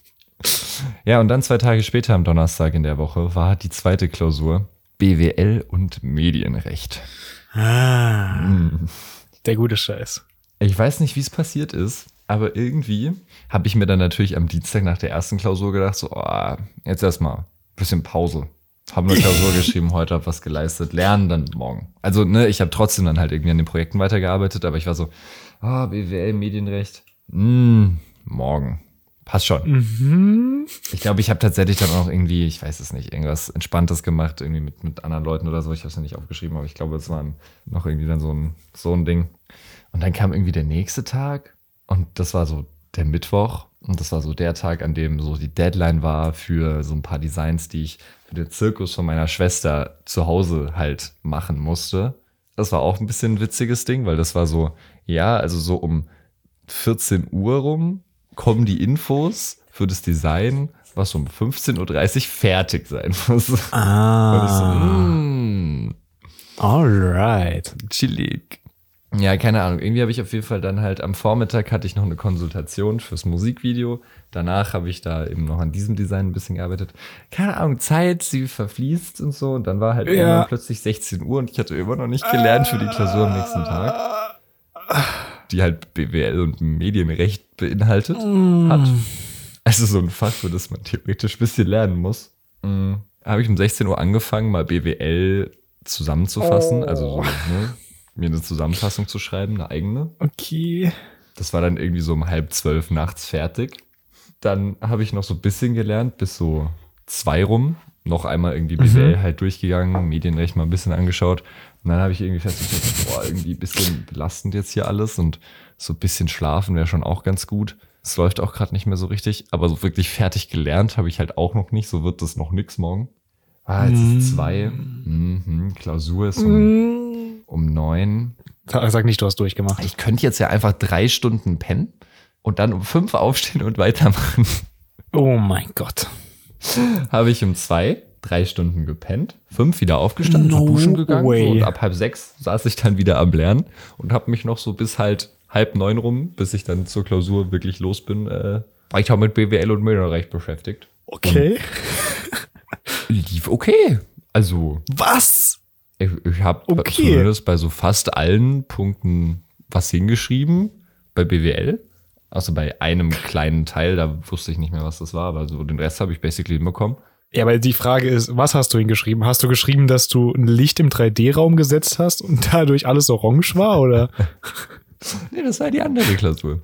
Ja, und dann zwei Tage später am Donnerstag in der Woche war die zweite Klausur B W L und Medienrecht. Ah, Hm. der gute Scheiß. Ich weiß nicht, wie es passiert ist, aber irgendwie habe ich mir dann natürlich am Dienstag nach der ersten Klausur gedacht, so, oh, jetzt erstmal ein bisschen Pause. Haben eine Klausur geschrieben, heute habe was geleistet, lernen dann morgen. Also, ne, ich habe trotzdem dann halt irgendwie an den Projekten weitergearbeitet, aber ich war so, ah, B W L, Medienrecht, mm, morgen. Passt schon. Mhm. Ich glaube, ich habe tatsächlich dann auch irgendwie, ich weiß es nicht, irgendwas Entspanntes gemacht, irgendwie mit, mit anderen Leuten oder so. Ich habe es ja nicht aufgeschrieben, aber ich glaube, es war noch irgendwie dann so ein, so ein Ding. Und dann kam irgendwie der nächste Tag und das war so der Mittwoch. Und das war so der Tag, an dem so die Deadline war für so ein paar Designs, die ich für den Zirkus von meiner Schwester zu Hause halt machen musste. Das war auch ein bisschen ein witziges Ding, weil das war so, ja, also so um vierzehn Uhr rum kommen die Infos für das Design, was um fünfzehn Uhr dreißig fertig sein muss. Und ich so, Ah, mm, alright. chillig. Ja, keine Ahnung. Irgendwie habe ich auf jeden Fall dann halt am Vormittag hatte ich noch eine Konsultation fürs Musikvideo. Danach habe ich da eben noch an diesem Design ein bisschen gearbeitet. Keine Ahnung, Zeit, sie verfließt und so. Und dann war halt Ja. irgendwann plötzlich sechzehn Uhr und ich hatte immer noch nicht gelernt für die Klausur am nächsten Tag, die halt B W L und Medienrecht beinhaltet hat. Also so ein Fach, für das man theoretisch ein bisschen lernen muss. Mhm. Habe ich um sechzehn Uhr angefangen, mal B W L zusammenzufassen. Also so, ne, mir eine Zusammenfassung zu schreiben, eine eigene. Okay. Das war dann irgendwie so um halb zwölf nachts fertig. Dann habe ich noch so ein bisschen gelernt, bis so zwei rum. Noch einmal irgendwie B W L Mhm. halt durchgegangen, Medienrecht mal ein bisschen angeschaut. Und dann habe ich irgendwie festgestellt, boah, irgendwie ein bisschen belastend jetzt hier alles. Und so ein bisschen schlafen wäre schon auch ganz gut. Es läuft auch gerade nicht mehr so richtig. Aber so wirklich fertig gelernt habe ich halt auch noch nicht. So wird das noch nix morgen. Ah, jetzt ist zwei. Mhm. Klausur ist um, um neun. Sag sag nicht, du hast durchgemacht. Ich könnte jetzt ja einfach drei Stunden pennen und dann um fünf aufstehen und weitermachen. Oh mein Gott. Habe ich um zwei drei Stunden gepennt, fünf wieder aufgestanden, No no duschen gegangen way. so, und ab halb sechs saß ich dann wieder am Lernen und habe mich noch so bis halt halb neun rum, bis ich dann zur Klausur wirklich los bin, äh, war ich auch mit B W L und Medienrecht beschäftigt. Okay. Lief okay. Also, Was? ich, ich habe Okay. zumindest bei so fast allen Punkten was hingeschrieben, bei B W L. Also bei einem kleinen Teil, da wusste ich nicht mehr, was das war, aber so den Rest habe ich basically hinbekommen. Ja, aber die Frage ist, was hast du hingeschrieben? Hast du geschrieben, dass du ein Licht im drei D-Raum gesetzt hast und dadurch alles orange war, oder? Nee, das war die andere Klausur.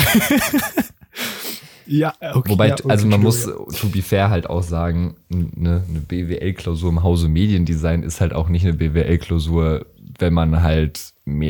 Ja, okay. Wobei, ja, okay, also man muss, Entschuldigung. to be fair, halt auch sagen, eine, eine B W L-Klausur im Hause Mediendesign ist halt auch nicht eine B W L-Klausur, wenn man halt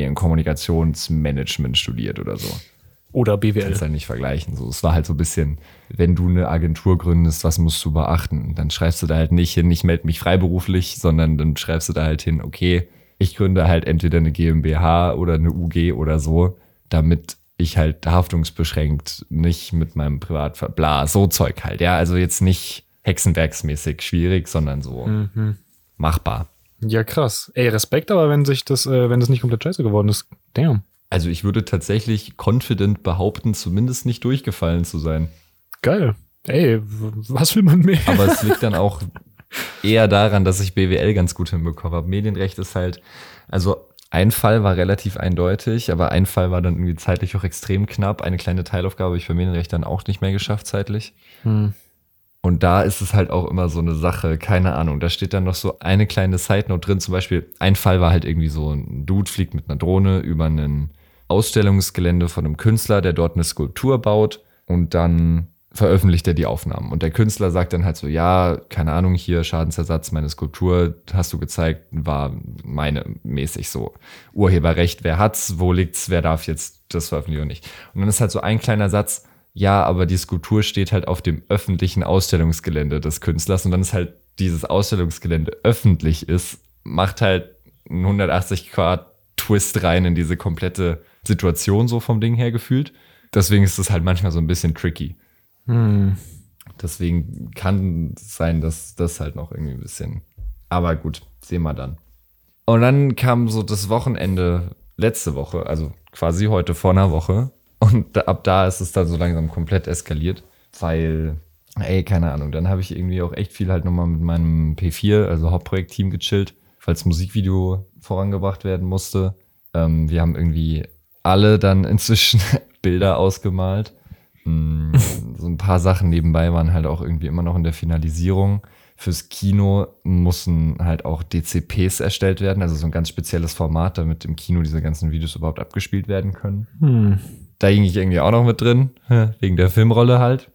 Medienkommunikationsmanagement studiert oder so. Oder B W L. Kannst halt nicht vergleichen. So, es war halt so ein bisschen, wenn du eine Agentur gründest, was musst du beachten? Dann schreibst du da halt nicht hin, ich melde mich freiberuflich, sondern dann schreibst du da halt hin, okay, ich gründe halt entweder eine GmbH oder eine U G oder so, damit ich halt haftungsbeschränkt nicht mit meinem Privatver... Bla, so Zeug halt. Ja, also jetzt nicht hexenwerksmäßig schwierig, sondern so Mhm. machbar. Ja, krass. Ey, Respekt, aber wenn sich das, äh, wenn das nicht komplett scheiße geworden ist, damn. Also ich würde tatsächlich confident behaupten, zumindest nicht durchgefallen zu sein. Geil. Ey, w- was will man mehr? Aber es liegt dann auch eher daran, dass ich B W L ganz gut hinbekommen habe. Medienrecht ist halt, also ein Fall war relativ eindeutig, aber ein Fall war dann irgendwie zeitlich auch extrem knapp. Eine kleine Teilaufgabe habe ich bei Medienrecht dann auch nicht mehr geschafft zeitlich. Hm. Und da ist es halt auch immer so eine Sache, keine Ahnung, da steht dann noch so eine kleine Side-Note drin, zum Beispiel, ein Fall war halt irgendwie so, ein Dude fliegt mit einer Drohne über ein Ausstellungsgelände von einem Künstler, der dort eine Skulptur baut und dann veröffentlicht er die Aufnahmen. Und der Künstler sagt dann halt so, ja, keine Ahnung, hier Schadensersatz, meine Skulptur, hast du gezeigt, war meine mäßig so. Urheberrecht, wer hat's, wo liegt's, wer darf jetzt das veröffentlichen oder nicht. Und dann ist halt so ein kleiner Satz, ja, aber die Skulptur steht halt auf dem öffentlichen Ausstellungsgelände des Künstlers und dann ist halt dieses Ausstellungsgelände öffentlich ist, macht halt einen hundertachtzig Grad Twist rein in diese komplette Situation so vom Ding her gefühlt. Deswegen ist es halt manchmal so ein bisschen tricky. Hm. Deswegen kann es sein, dass das halt noch irgendwie ein bisschen, aber gut, sehen wir dann. Und dann kam so das Wochenende letzte Woche, also quasi heute vor einer Woche. Und da, ab da ist es dann so langsam komplett eskaliert, weil, ey, keine Ahnung, dann habe ich irgendwie auch echt viel halt nochmal mit meinem P vier, also Hauptprojektteam, gechillt, falls Musikvideo vorangebracht werden musste. Ähm, wir haben irgendwie alle dann inzwischen Bilder ausgemalt. Mm, so ein paar Sachen nebenbei waren halt auch irgendwie immer noch in der Finalisierung. Fürs Kino mussten halt auch D C Ps erstellt werden, also so ein ganz spezielles Format, damit im Kino diese ganzen Videos überhaupt abgespielt werden können. Hm. Da hing ich irgendwie auch noch mit drin, wegen der Filmrolle halt.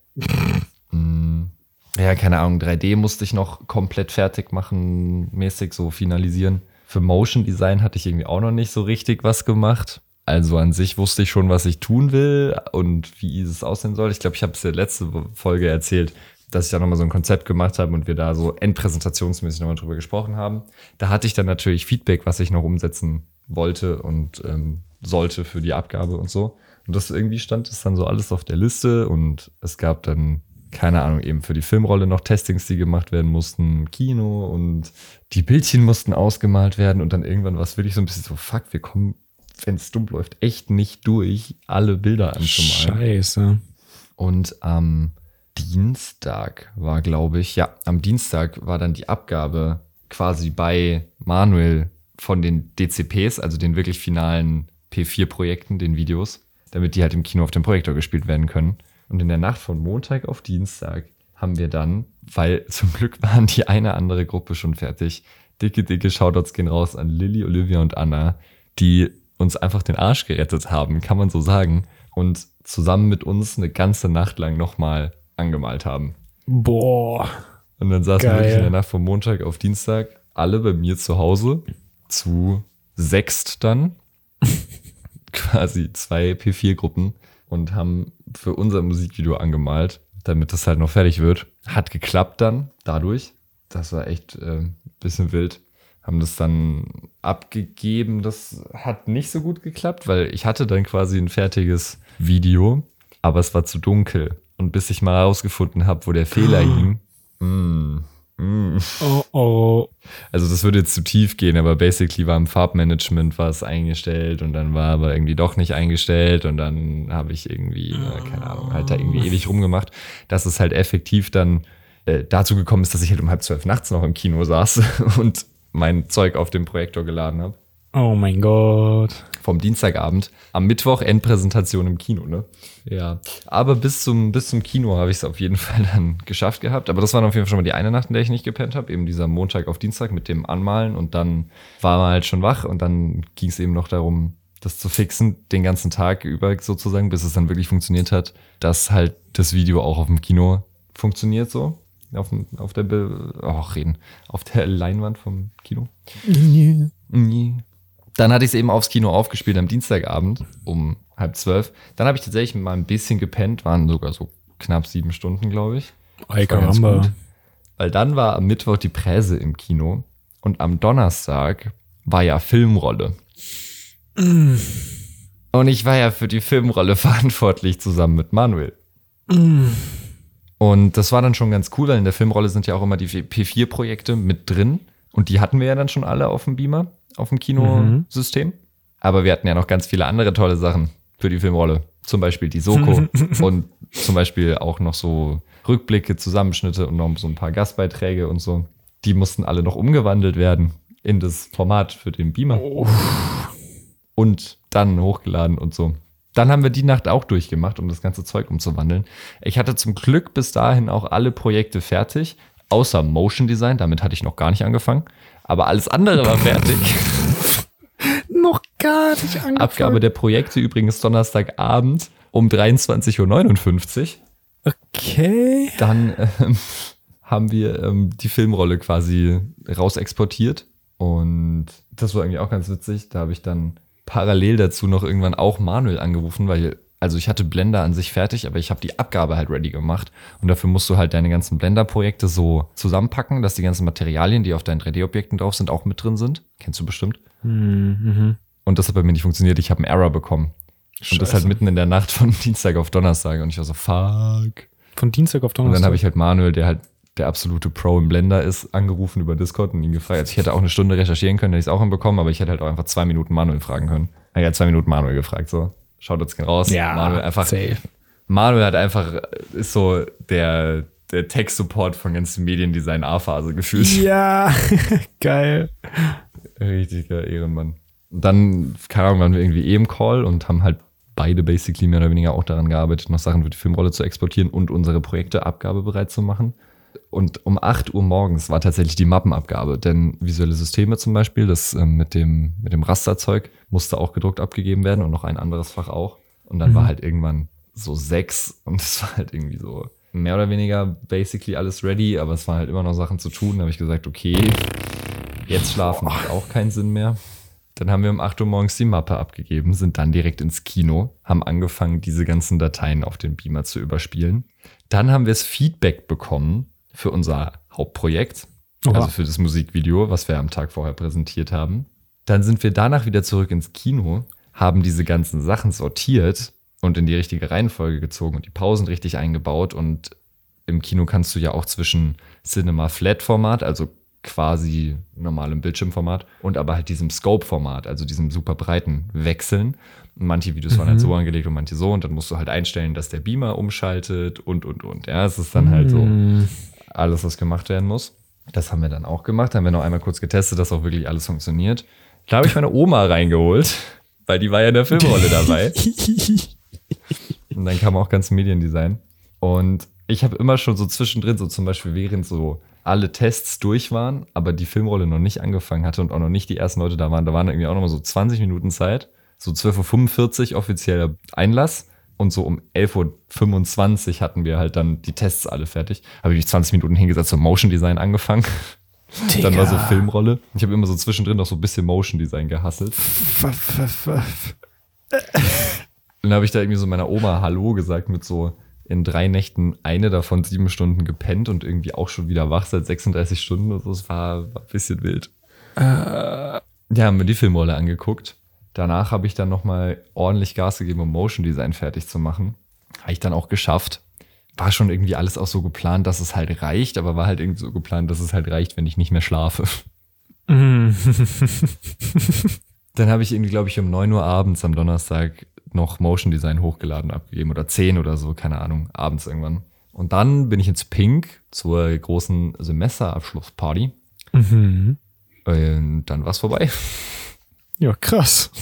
Mm, ja, keine Ahnung, drei D musste ich noch komplett fertig machen, mäßig so finalisieren. Für Motion Design hatte ich irgendwie auch noch nicht so richtig was gemacht. Also an sich wusste ich schon, was ich tun will und wie es aussehen soll. Ich glaube, ich habe es ja letzte Folge erzählt, dass ich da nochmal so ein Konzept gemacht habe und wir da so endpräsentationsmäßig nochmal drüber gesprochen haben. Da hatte ich dann natürlich Feedback, was ich noch umsetzen wollte und ähm, sollte für die Abgabe und so. Und das irgendwie stand es dann so alles auf der Liste und es gab dann, keine Ahnung, eben für die Filmrolle noch Testings, die gemacht werden mussten, Kino und die Bildchen mussten ausgemalt werden und dann irgendwann war es wirklich so ein bisschen so, fuck, wir kommen, wenn es dumm läuft, echt nicht durch, alle Bilder anzumalen. Scheiße. Und am Dienstag war, glaube ich, ja, am Dienstag war dann die Abgabe quasi bei Manuel von den D C Ps, also den wirklich finalen P vier Projekten, den Videos, damit die halt im Kino auf dem Projektor gespielt werden können. Und in der Nacht von Montag auf Dienstag haben wir dann, weil zum Glück waren die eine andere Gruppe schon fertig, dicke, dicke Shoutouts gehen raus an Lilly, Olivia und Anna, die uns einfach den Arsch gerettet haben, kann man so sagen, und zusammen mit uns eine ganze Nacht lang nochmal angemalt haben. Boah. Und dann saßen wir Geil. wirklich in der Nacht von Montag auf Dienstag, alle bei mir zu Hause, zu sechst dann, quasi zwei P vier Gruppen und haben für unser Musikvideo angemalt, damit das halt noch fertig wird. Hat geklappt dann dadurch. Das war echt äh, ein bisschen wild. Haben das dann abgegeben. Das hat nicht so gut geklappt, weil ich hatte dann quasi ein fertiges Video, aber es war zu dunkel. Und bis ich mal herausgefunden habe, wo der Fehler hing, mh, Mm. Oh, oh. Also das würde jetzt zu tief gehen, aber basically war im Farbmanagement was eingestellt und dann war aber irgendwie doch nicht eingestellt und dann habe ich irgendwie, äh, keine Ahnung, halt da irgendwie ewig rumgemacht, dass es halt effektiv dann äh, dazu gekommen ist, dass ich halt um halb zwölf nachts noch im Kino saß und mein Zeug auf dem Projektor geladen habe. Oh mein Gott. Vom Dienstagabend. Am Mittwoch Endpräsentation im Kino, ne? Ja. Aber bis zum, bis zum Kino habe ich es auf jeden Fall dann geschafft gehabt. Aber das war auf jeden Fall schon mal die eine Nacht, in der ich nicht gepennt habe. Eben dieser Montag auf Dienstag mit dem Anmalen. Und dann war man halt schon wach. Und dann ging es eben noch darum, das zu fixen, den ganzen Tag über sozusagen, bis es dann wirklich funktioniert hat, dass halt das Video auch auf dem Kino funktioniert so. Auf, dem, auf der, Be- oh, reden, auf der Leinwand vom Kino. Nee. Dann hatte ich es eben aufs Kino aufgespielt am Dienstagabend um halb zwölf. Dann habe ich tatsächlich mal ein bisschen gepennt, waren sogar so knapp sieben Stunden, glaube ich. Ay, Das war ganz caramba. gut. Weil dann war am Mittwoch die Präse im Kino und am Donnerstag war ja Filmrolle. Mm. Und ich war ja für die Filmrolle verantwortlich zusammen mit Manuel. Mm. Und das war dann schon ganz cool, weil in der Filmrolle sind ja auch immer die P vier Projekte mit drin. Und die hatten wir ja dann schon alle auf dem Beamer, auf dem Kinosystem. Aber wir hatten ja noch ganz viele andere tolle Sachen für die Filmrolle. Zum Beispiel die Soko und zum Beispiel auch noch so Rückblicke, Zusammenschnitte und noch so ein paar Gastbeiträge und so. Die mussten alle noch umgewandelt werden in das Format für den Beamer. Oh. Und dann hochgeladen und so. Dann haben wir die Nacht auch durchgemacht, um das ganze Zeug umzuwandeln. Ich hatte zum Glück bis dahin auch alle Projekte fertig, außer Motion Design, damit hatte ich noch gar nicht angefangen. Aber alles andere war fertig. Noch gar nicht angefangen. Abgabe der Projekte übrigens Donnerstagabend um dreiundzwanzig Uhr neunundfünfzig. Okay. Dann ähm, haben wir ähm, die Filmrolle quasi rausexportiert. Und das war irgendwie auch ganz witzig. Da habe ich dann parallel dazu noch irgendwann auch Manuel angerufen, weil, also ich hatte Blender an sich fertig, aber ich habe die Abgabe halt ready gemacht. Und dafür musst du halt deine ganzen Blender-Projekte so zusammenpacken, dass die ganzen Materialien, die auf deinen drei D-Objekten drauf sind, auch mit drin sind. Kennst du bestimmt. Mhm. Und das hat bei mir nicht funktioniert. Ich habe einen Error bekommen. Scheiße. Und das halt mitten in der Nacht von Dienstag auf Donnerstag. Und ich war so, fuck. Von Dienstag auf Und Donnerstag. dann habe ich halt Manuel, der halt der absolute Pro im Blender ist, angerufen über Discord und ihn gefragt. Also ich hätte auch eine Stunde recherchieren können, hätte ich es auch hinbekommen, aber ich hätte halt auch einfach zwei Minuten Manuel fragen können. Er hat zwei Minuten Manuel gefragt, so. Schaut jetzt raus. Ja, Manuel einfach. safe. Manuel hat einfach, ist so der, der Tech-Support von ganzen Mediendesign-A-Phase gefühlt. Ja, geil. Richtiger Ehrenmann. Und dann, keine Ahnung, waren wir irgendwie eh im Call und haben halt beide basically mehr oder weniger auch daran gearbeitet, noch Sachen für die Filmrolle zu exportieren und unsere Projekte abgabebereit zu machen. Und um acht Uhr morgens war tatsächlich die Mappenabgabe, denn visuelle Systeme zum Beispiel, das ähm, mit dem, mit dem Rasterzeug, musste auch gedruckt abgegeben werden und noch ein anderes Fach auch. Und dann mhm. war halt irgendwann so sechs und es war halt irgendwie so mehr oder weniger basically alles ready, aber es waren halt immer noch Sachen zu tun. Da habe ich gesagt, okay, jetzt schlafen macht auch keinen Sinn mehr. Dann haben wir um acht Uhr morgens die Mappe abgegeben, sind dann direkt ins Kino, haben angefangen, diese ganzen Dateien auf den Beamer zu überspielen. Dann haben wir das Feedback bekommen für unser Hauptprojekt, Oha. also für das Musikvideo, was wir am Tag vorher präsentiert haben. Dann sind wir danach wieder zurück ins Kino, haben diese ganzen Sachen sortiert und in die richtige Reihenfolge gezogen und die Pausen richtig eingebaut. Und im Kino kannst du ja auch zwischen Cinema Flat Format, also quasi normalem Bildschirmformat, und aber halt diesem Scope-Format, also diesem super breiten, wechseln. Und manche Videos mhm. waren halt so angelegt und manche so. Und dann musst du halt einstellen, dass der Beamer umschaltet und, und, und. Ja, es ist dann mhm. halt so alles, was gemacht werden muss. Das haben wir dann auch gemacht. Haben wir noch einmal kurz getestet, dass auch wirklich alles funktioniert. Da habe ich meine Oma reingeholt, weil die war ja in der Filmrolle dabei. Und dann kam auch ganz Mediendesign. Und ich habe immer schon so zwischendrin, so zum Beispiel während so alle Tests durch waren, aber die Filmrolle noch nicht angefangen hatte und auch noch nicht die ersten Leute da waren, da waren irgendwie auch noch mal so zwanzig Minuten Zeit. So zwölf Uhr fünfundvierzig offizieller Einlass. Und so um elf Uhr fünfundzwanzig hatten wir halt dann die Tests alle fertig. Habe ich mich zwanzig Minuten hingesetzt, so Motion Design angefangen. Digga. Dann war so Filmrolle. Ich habe immer so zwischendrin noch so ein bisschen Motion Design gehasselt. Dann habe ich da irgendwie so meiner Oma Hallo gesagt mit so in drei Nächten eine davon sieben Stunden gepennt und irgendwie auch schon wieder wach seit sechsunddreißig Stunden. Und so. Es war, war ein bisschen wild. Äh. Ja, haben wir die Filmrolle angeguckt. Danach habe ich dann nochmal ordentlich Gas gegeben, um Motion Design fertig zu machen. Habe ich dann auch geschafft. war schon irgendwie alles auch so geplant, dass es halt reicht, aber war halt irgendwie so geplant, dass es halt reicht, wenn ich nicht mehr schlafe. Mhm. Dann habe ich irgendwie, glaube ich, um neun Uhr abends am Donnerstag noch Motion Design hochgeladen abgegeben oder zehn oder so, keine Ahnung, abends irgendwann. Und dann bin ich ins Pink zur großen Semesterabschlussparty. Mhm. Und dann war's vorbei. Ja, krass.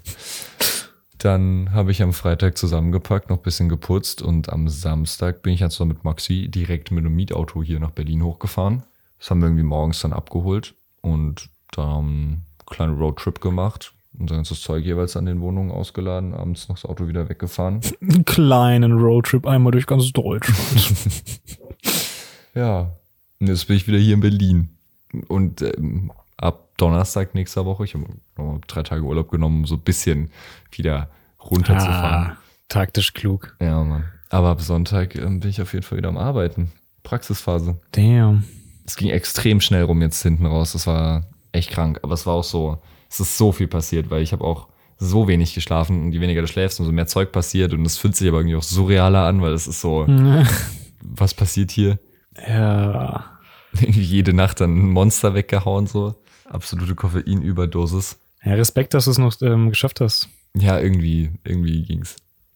Dann habe ich am Freitag zusammengepackt, noch ein bisschen geputzt und am Samstag bin ich jetzt so mit Maxi direkt mit einem Mietauto hier nach Berlin hochgefahren. Das haben wir irgendwie morgens dann abgeholt und da haben einen kleinen Roadtrip gemacht. Unser ganzes Zeug jeweils an den Wohnungen ausgeladen, abends noch das Auto wieder weggefahren. Einen kleinen Roadtrip einmal durch ganz Deutschland. Ja, und jetzt bin ich wieder hier in Berlin. Und ähm, ab Donnerstag nächster Woche, ich habe noch drei Tage Urlaub genommen, um so ein bisschen wieder runterzufahren. Ah, taktisch klug. Ja, Mann. Aber ab Sonntag ähm, bin ich auf jeden Fall wieder am Arbeiten. Praxisphase. Damn. Es ging extrem schnell rum jetzt hinten raus. Das war echt krank. Aber es war auch so, es ist so viel passiert, weil ich habe auch so wenig geschlafen und je weniger du schläfst, umso mehr Zeug passiert und es fühlt sich aber irgendwie auch surrealer an, weil es ist so, was passiert hier? Ja. Irgendwie jede Nacht dann ein Monster weggehauen, so. Absolute Koffeinüberdosis. Ja, Respekt, dass du es noch ähm, geschafft hast. Ja, irgendwie, irgendwie ging's.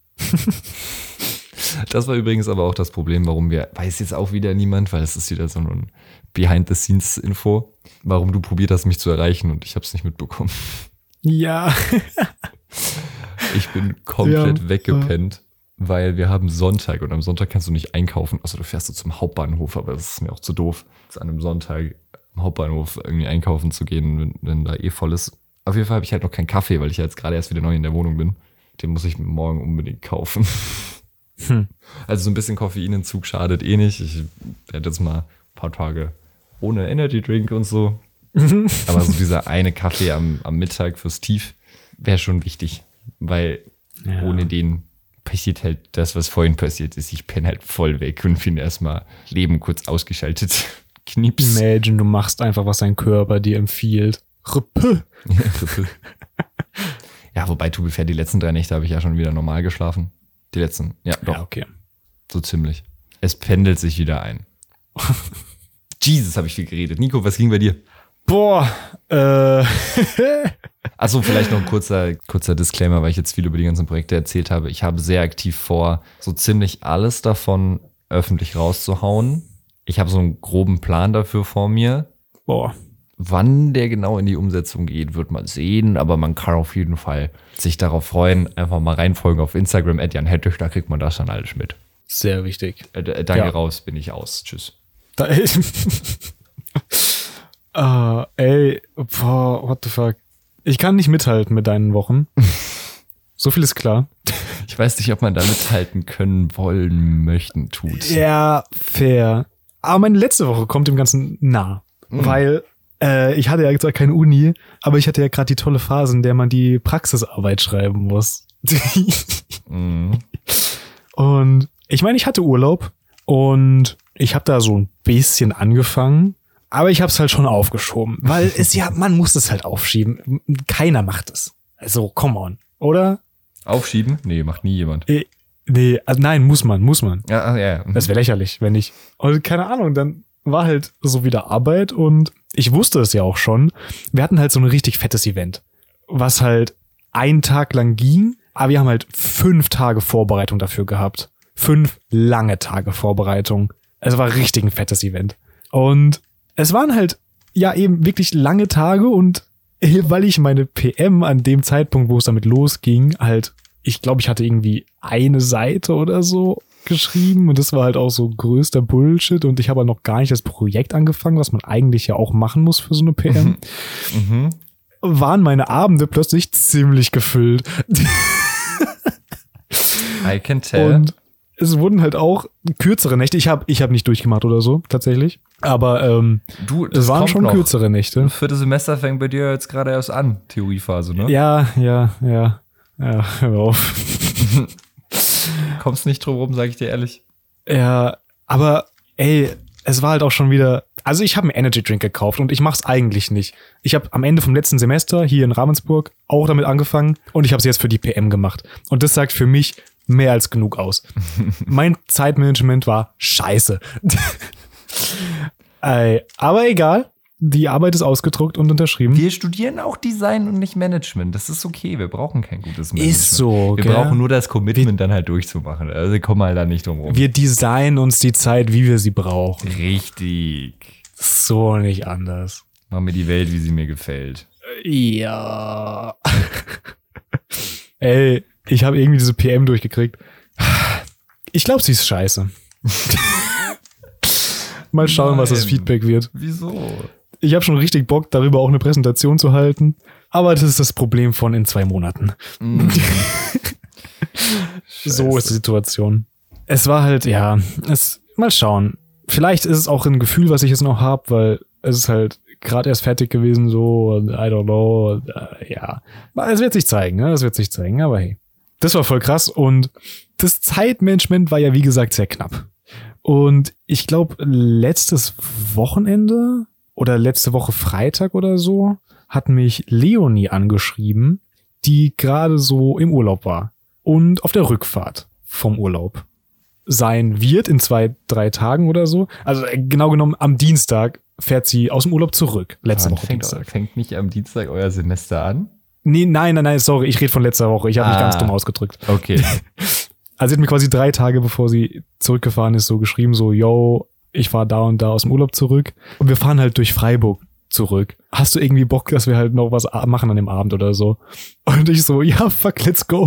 Das war übrigens aber auch das Problem, warum wir, weiß jetzt auch wieder niemand, weil es ist wieder so ein Behind-the-Scenes-Info, warum du probiert hast, mich zu erreichen und ich habe es nicht mitbekommen. Ja. Ich bin komplett Ja. weggepennt, weil wir haben Sonntag und am Sonntag kannst du nicht einkaufen. Also du fährst so zum Hauptbahnhof, aber das ist mir auch zu doof, an einem Sonntag am Hauptbahnhof irgendwie einkaufen zu gehen, wenn, wenn da eh voll ist. Auf jeden Fall habe ich halt noch keinen Kaffee, weil ich ja jetzt gerade erst wieder neu in der Wohnung bin. Den muss ich morgen unbedingt kaufen. Hm. Also so ein bisschen Koffeinentzug schadet eh nicht. Ich werde jetzt mal ein paar Tage ohne Energy Drink und so. Aber so dieser eine Kaffee am, am Mittag fürs Tief wäre schon wichtig, weil Ja. ohne den passiert halt das, was vorhin passiert ist. Ich penne halt voll weg und bin erstmal Leben kurz ausgeschaltet. Knips. Imagine, du machst einfach, was dein Körper dir empfiehlt. Rippe. Ja, wobei, to be fair, die letzten drei Nächte habe ich ja schon wieder normal geschlafen. Die letzten, ja, doch, Ja, okay. so ziemlich. Es pendelt sich wieder ein. Jesus, habe ich viel geredet. Nico, was ging bei dir? Boah, äh. Achso, vielleicht noch ein kurzer, kurzer Disclaimer, weil ich jetzt viel über die ganzen Projekte erzählt habe. Ich habe sehr aktiv vor, so ziemlich alles davon öffentlich rauszuhauen. Ich habe so einen groben Plan dafür vor mir. Boah. Wann der genau in die Umsetzung geht, wird man sehen, aber man kann auf jeden Fall sich darauf freuen. Einfach mal reinfolgen auf Instagram, at Jan Hettich, da kriegt man das dann alles mit. Sehr wichtig. Äh, d- danke Ja. raus, bin ich aus. Tschüss. Da, ah, ey, boah, what the fuck. Ich kann nicht mithalten mit deinen Wochen. So viel ist klar. Ich weiß nicht, ob man da mithalten können, wollen, möchten, tut. Ja, fair. Aber meine letzte Woche kommt dem Ganzen nah. Mhm. Weil äh, ich hatte ja gesagt keine Uni, aber ich hatte ja gerade die tolle Phase, in der man die Praxisarbeit schreiben muss. Mhm. Und ich meine, ich hatte Urlaub und ich habe da so ein bisschen angefangen, aber ich habe es halt schon aufgeschoben, weil es ja, man muss es halt aufschieben. Keiner macht es. Also, come on, oder? Aufschieben? Nee, macht nie jemand. Äh, nee, also nein, muss man, muss man. Ja, ah, ja, ja. Das wäre lächerlich, wenn nicht. Und keine Ahnung, dann war halt so wieder Arbeit und ich wusste es ja auch schon. Wir hatten halt so ein richtig fettes Event, was halt einen Tag lang ging, aber wir haben halt fünf Tage Vorbereitung dafür gehabt. Fünf lange Tage Vorbereitung. Es war richtig ein fettes Event. Und es waren halt ja eben wirklich lange Tage und weil ich meine P M an dem Zeitpunkt, wo es damit losging, halt, ich glaube, ich hatte irgendwie eine Seite oder so geschrieben und das war halt auch so größter Bullshit und ich habe halt noch gar nicht das Projekt angefangen, was man eigentlich ja auch machen muss für so eine P M. Mhm. Waren meine Abende plötzlich ziemlich gefüllt. I can tell. Und es wurden halt auch kürzere Nächte. Ich habe ich hab nicht durchgemacht oder so, tatsächlich. Aber ähm, du, es waren kommt schon noch. kürzere Nächte. Das vierte Semester fängt bei dir jetzt gerade erst an, Theoriephase, ne? Ja, ja, ja. Ja, hör auf. Kommst nicht drum rum, sag ich dir ehrlich. Ja, aber ey, es war halt auch schon wieder. Also ich habe einen Energy Drink gekauft und ich mach's eigentlich nicht. Ich habe am Ende vom letzten Semester hier in Ravensburg auch damit angefangen und ich habe es jetzt für die P M gemacht. Und das sagt für mich mehr als genug aus. Mein Zeitmanagement war scheiße. Ey, aber egal. Die Arbeit ist ausgedruckt und unterschrieben. Wir studieren auch Design und nicht Management. Das ist okay. Wir brauchen kein gutes Management. Ist so, Wir gell? brauchen nur das Commitment dann halt durchzumachen. Also kommen halt da nicht drum rum. Wir designen uns die Zeit, wie wir sie brauchen. Richtig. So nicht anders. Mach mir die Welt, wie sie mir gefällt. Ja. Ey, ich habe irgendwie diese P M durchgekriegt. Ich glaube, sie ist scheiße. Mal schauen, was das Nein. Feedback wird. Wieso? Ich habe schon richtig Bock, darüber auch eine Präsentation zu halten. Aber das ist das Problem von in zwei Monaten. Mm. So ist die Situation. Es war halt, ja, es, mal schauen. Vielleicht ist es auch ein Gefühl, was ich jetzt noch habe, weil es ist halt gerade erst fertig gewesen, so, und I don't know, und, äh, ja. Es wird sich zeigen, ne? Es wird sich zeigen, aber hey. Das war voll krass und das Zeitmanagement war ja, wie gesagt, sehr knapp. Und ich glaube, letztes Wochenende oder letzte Woche Freitag oder so hat mich Leonie angeschrieben, die gerade so im Urlaub war und auf der Rückfahrt vom Urlaub sein wird in zwei, drei Tagen oder so. Also äh, genau genommen am Dienstag fährt sie aus dem Urlaub zurück. Letzte Wann Woche fängt, Dienstag. fängt nicht am Dienstag euer Semester an? Nee, nein, nein, nein, sorry, ich rede von letzter Woche. Ich habe mich Ah. ganz dumm ausgedrückt. Okay. Also sie hat mir quasi drei Tage, bevor sie zurückgefahren ist, so geschrieben, so, yo, ich fahr da und da aus dem Urlaub zurück. Und wir fahren halt durch Freiburg zurück. Hast du irgendwie Bock, dass wir halt noch was machen an dem Abend oder so? Und ich so, ja, fuck, let's go.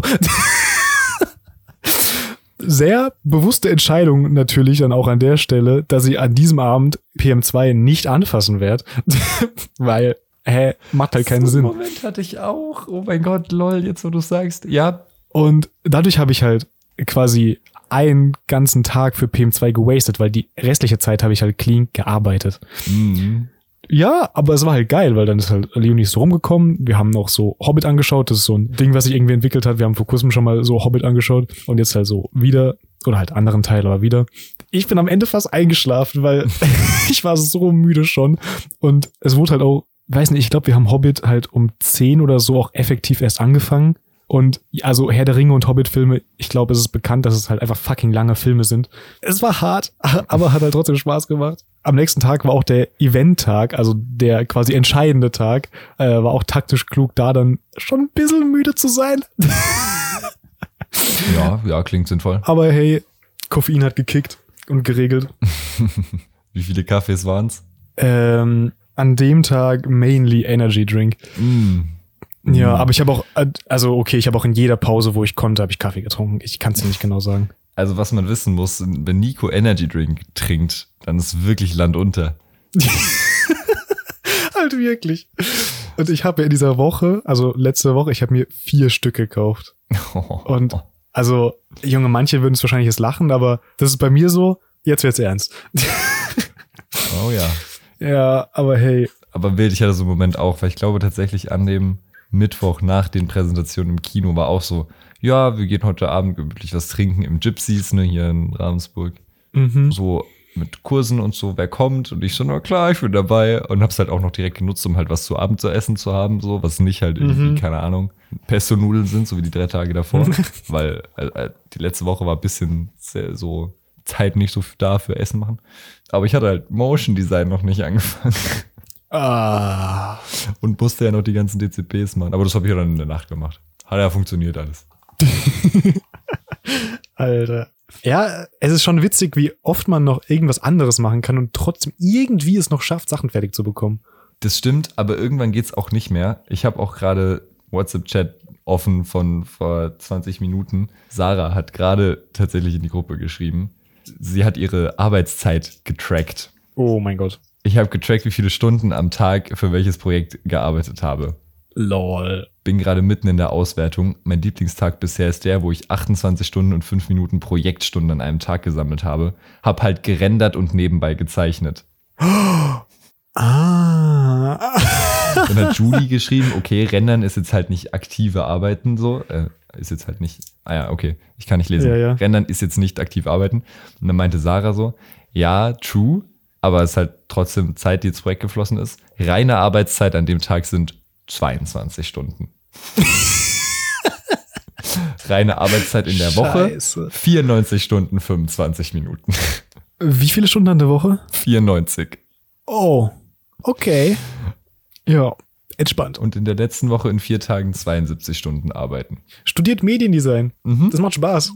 Sehr bewusste Entscheidung natürlich dann auch an der Stelle, dass ich an diesem Abend P M zwei nicht anfassen werde. Weil, hä, macht halt keinen so Sinn. einen Moment hatte ich auch. Oh mein Gott, lol, jetzt wo du sagst. Ja. Und dadurch habe ich halt quasi einen ganzen Tag für P M zwei gewastet, weil die restliche Zeit habe ich halt clean gearbeitet. Mhm. Ja, aber es war halt geil, weil dann ist halt Leonie so rumgekommen. Wir haben noch so Hobbit angeschaut. Das ist so ein Ding, was sich irgendwie entwickelt hat. Wir haben vor kurzem schon mal so Hobbit angeschaut und jetzt halt so wieder oder halt anderen Teil, aber wieder. Ich bin am Ende fast eingeschlafen, weil ich war so müde schon und es wurde halt auch, weiß nicht, ich glaube, wir haben Hobbit halt um zehn oder so auch effektiv erst angefangen. Und also Herr der Ringe und Hobbit-Filme, ich glaube, es ist bekannt, dass es halt einfach fucking lange Filme sind. Es war hart, aber hat halt trotzdem Spaß gemacht. Am nächsten Tag war auch der Event-Tag, also der quasi entscheidende Tag. Äh, war auch taktisch klug, da dann schon ein bisschen müde zu sein. Ja, ja, klingt sinnvoll. Aber hey, Koffein hat gekickt und geregelt. Wie viele Kaffees waren's? Ähm, an dem Tag mainly Energy Drink. Mm. Ja, aber ich habe auch, also okay, ich habe auch in jeder Pause, wo ich konnte, habe ich Kaffee getrunken. Ich kann es dir nicht genau sagen. Also was man wissen muss, wenn Nico Energy Drink trinkt, dann ist wirklich Land unter. Halt wirklich. Und ich habe ja in dieser Woche, also letzte Woche, ich habe mir vier Stück gekauft. Und also, Junge, manche würden es wahrscheinlich jetzt lachen, aber das ist bei mir so, jetzt wird's ernst. Oh ja. Ja, aber hey. Aber wild, ich hatte so einen Moment auch, weil ich glaube tatsächlich an dem Mittwoch nach den Präsentationen im Kino war auch so, ja, wir gehen heute Abend gemütlich was trinken im Gypsies, ne, hier in Ravensburg. Mhm. So mit Kursen und so, wer kommt? Und ich so, na klar, ich bin dabei. Und hab's halt auch noch direkt genutzt, um halt was zu Abend zu essen zu haben, so, was nicht halt irgendwie, Mhm. keine Ahnung, Pesto-Nudeln sind, so wie die drei Tage davor. Weil äh, die letzte Woche war ein bisschen sehr, so Zeit nicht so da für Essen machen. Aber ich hatte halt Motion Design noch nicht angefangen. Ah. Und musste ja noch die ganzen D C Ps machen. Aber das habe ich ja dann in der Nacht gemacht. Hat ja funktioniert alles. Alter. Ja, es ist schon witzig, wie oft man noch irgendwas anderes machen kann und trotzdem irgendwie es noch schafft, Sachen fertig zu bekommen. Das stimmt, aber irgendwann geht's auch nicht mehr. Ich habe auch gerade WhatsApp-Chat offen von vor zwanzig Minuten. Sarah hat gerade tatsächlich in die Gruppe geschrieben. Sie hat ihre Arbeitszeit getrackt. Oh mein Gott. Ich habe getrackt, wie viele Stunden am Tag für welches Projekt gearbeitet habe. Lol. Bin gerade mitten in der Auswertung. Mein Lieblingstag bisher ist der, wo ich achtundzwanzig Stunden und fünf Minuten Projektstunden an einem Tag gesammelt habe. Hab halt gerendert und nebenbei gezeichnet. Ah. Dann hat Julie geschrieben, okay, Rendern ist jetzt halt nicht aktive Arbeiten so. Äh, ist jetzt halt nicht, ah ja, okay, ich kann nicht lesen. Ja, ja. Rendern ist jetzt nicht aktiv arbeiten. Und dann meinte Sarah so, ja, true, aber es ist halt trotzdem Zeit, die ins Projekt geflossen ist. Reine Arbeitszeit an dem Tag sind zweiundzwanzig Stunden. Reine Arbeitszeit in der Woche. Scheiße. vierundneunzig Stunden, fünfundzwanzig Minuten. Wie viele Stunden an der Woche? vierundneunzig. Oh, okay. Ja, entspannt. Und in der letzten Woche in vier Tagen zweiundsiebzig Stunden arbeiten. Studiert Mediendesign. Mhm. Das macht Spaß.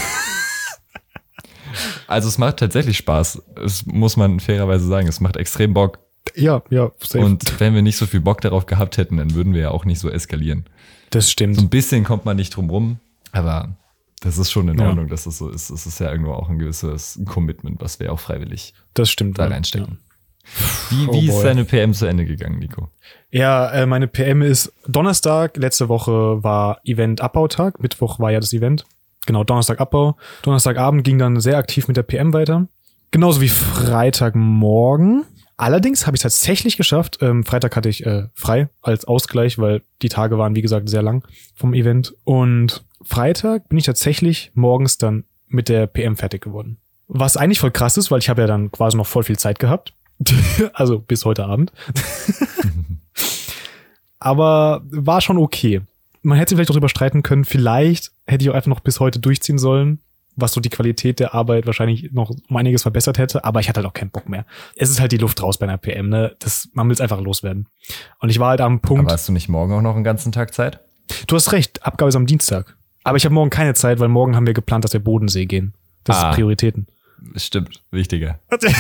Also es macht tatsächlich Spaß. Es muss man fairerweise sagen, es macht extrem Bock. Ja, ja, safe. Und wenn wir nicht so viel Bock darauf gehabt hätten, dann würden wir ja auch nicht so eskalieren. Das stimmt. So ein bisschen kommt man nicht drum rum, aber das ist schon in Ja. Ordnung, dass es so ist. Es ist ja irgendwo auch ein gewisses Commitment, was wir auch freiwillig Das stimmt. da ja. reinstecken. Wie, Oh wie boy. ist deine P M zu Ende gegangen, Nico? Ja, äh, meine P M ist Donnerstag. Letzte Woche war Event-Abbautag. Mittwoch war ja das Event. Genau, Donnerstag Abbau. Donnerstagabend ging dann sehr aktiv mit der P M weiter. Genauso wie Freitagmorgen. Allerdings habe ich es tatsächlich geschafft. Ähm, Freitag hatte ich äh, frei als Ausgleich, weil die Tage waren, wie gesagt, sehr lang vom Event. Und Freitag bin ich tatsächlich morgens dann mit der P M fertig geworden. Was eigentlich voll krass ist, weil ich habe ja dann quasi noch voll viel Zeit gehabt. Also bis heute Abend. Aber war schon okay. Man hätte vielleicht auch darüber streiten können, vielleicht hätte ich auch einfach noch bis heute durchziehen sollen, was so die Qualität der Arbeit wahrscheinlich noch um einiges verbessert hätte, aber ich hatte halt auch keinen Bock mehr. Es ist halt die Luft raus bei einer P M, ne? Das, man will es einfach loswerden. Und ich war halt am Punkt. Aber hast du nicht morgen auch noch einen ganzen Tag Zeit? Du hast recht, Abgabe ist am Dienstag. Aber ich habe morgen keine Zeit, weil morgen haben wir geplant, dass wir Bodensee gehen. Das Ah. ist Prioritäten. Stimmt, wichtiger.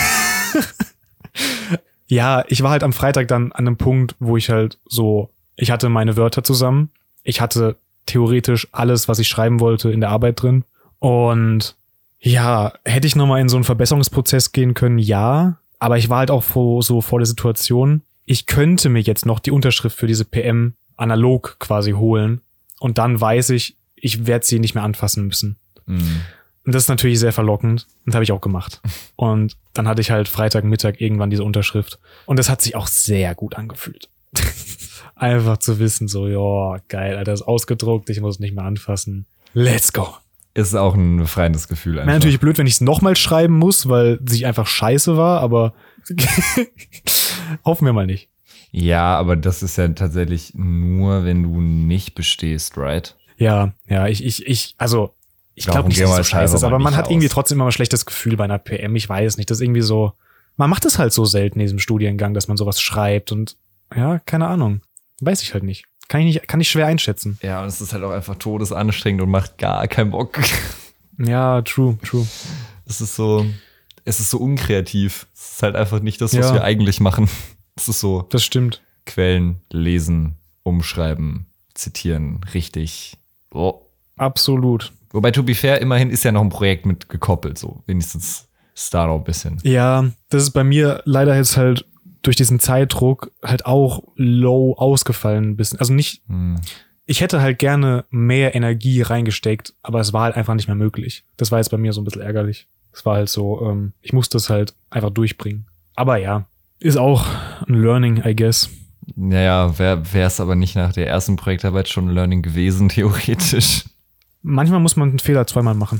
Ja, ich war halt am Freitag dann an einem Punkt, wo ich halt so, ich hatte meine Wörter zusammen. Ich hatte theoretisch alles, was ich schreiben wollte, in der Arbeit drin. Und ja, hätte ich nochmal in so einen Verbesserungsprozess gehen können, ja. Aber ich war halt auch vor, so vor der Situation, ich könnte mir jetzt noch die Unterschrift für diese P M analog quasi holen. Und dann weiß ich, ich werde sie nicht mehr anfassen müssen. Mhm. Und das ist natürlich sehr verlockend. Und das habe ich auch gemacht. Und dann hatte ich halt Freitagmittag irgendwann diese Unterschrift. Und das hat sich auch sehr gut angefühlt. Einfach zu wissen, so, ja, geil, Alter, ist ausgedruckt, ich muss es nicht mehr anfassen. Let's go. Ist auch ein befreiendes Gefühl einfach. Wäre natürlich blöd, wenn ich es nochmal schreiben muss, weil sie einfach scheiße war, aber hoffen wir mal nicht. Ja, aber das ist ja tatsächlich nur, wenn du nicht bestehst, right? Ja, ja, ich, ich, ich, also, ich glaube Darum nicht, gehen dass wir es so halt scheiße ist, einfach aber mal man nicht hat irgendwie aus. trotzdem immer ein schlechtes Gefühl bei einer P M. Ich weiß nicht, das ist irgendwie so, man macht es halt so selten in diesem Studiengang, dass man sowas schreibt und ja, keine Ahnung. Weiß ich halt nicht. Kann ich nicht, kann ich schwer einschätzen. Ja, und es ist halt auch einfach todesanstrengend und macht gar keinen Bock. Ja, true, true. Es ist so, es ist so unkreativ. Es ist halt einfach nicht das, was Ja. wir eigentlich machen. Es ist so Das stimmt. Quellen, lesen, umschreiben, zitieren, richtig. Oh. Absolut. Wobei, to be fair, immerhin ist ja noch ein Projekt mit gekoppelt, so. Wenigstens ist da noch ein bisschen. Ja, das ist bei mir leider jetzt halt durch diesen Zeitdruck halt auch low ausgefallen ein bisschen. Also nicht, Hm. ich hätte halt gerne mehr Energie reingesteckt, aber es war halt einfach nicht mehr möglich. Das war jetzt bei mir so ein bisschen ärgerlich. Es war halt so, ähm, ich musste es halt einfach durchbringen. Aber ja, ist auch ein Learning, I guess. Naja, wäre es aber nicht nach der ersten Projektarbeit schon ein Learning gewesen, theoretisch. Manchmal muss man einen Fehler zweimal machen.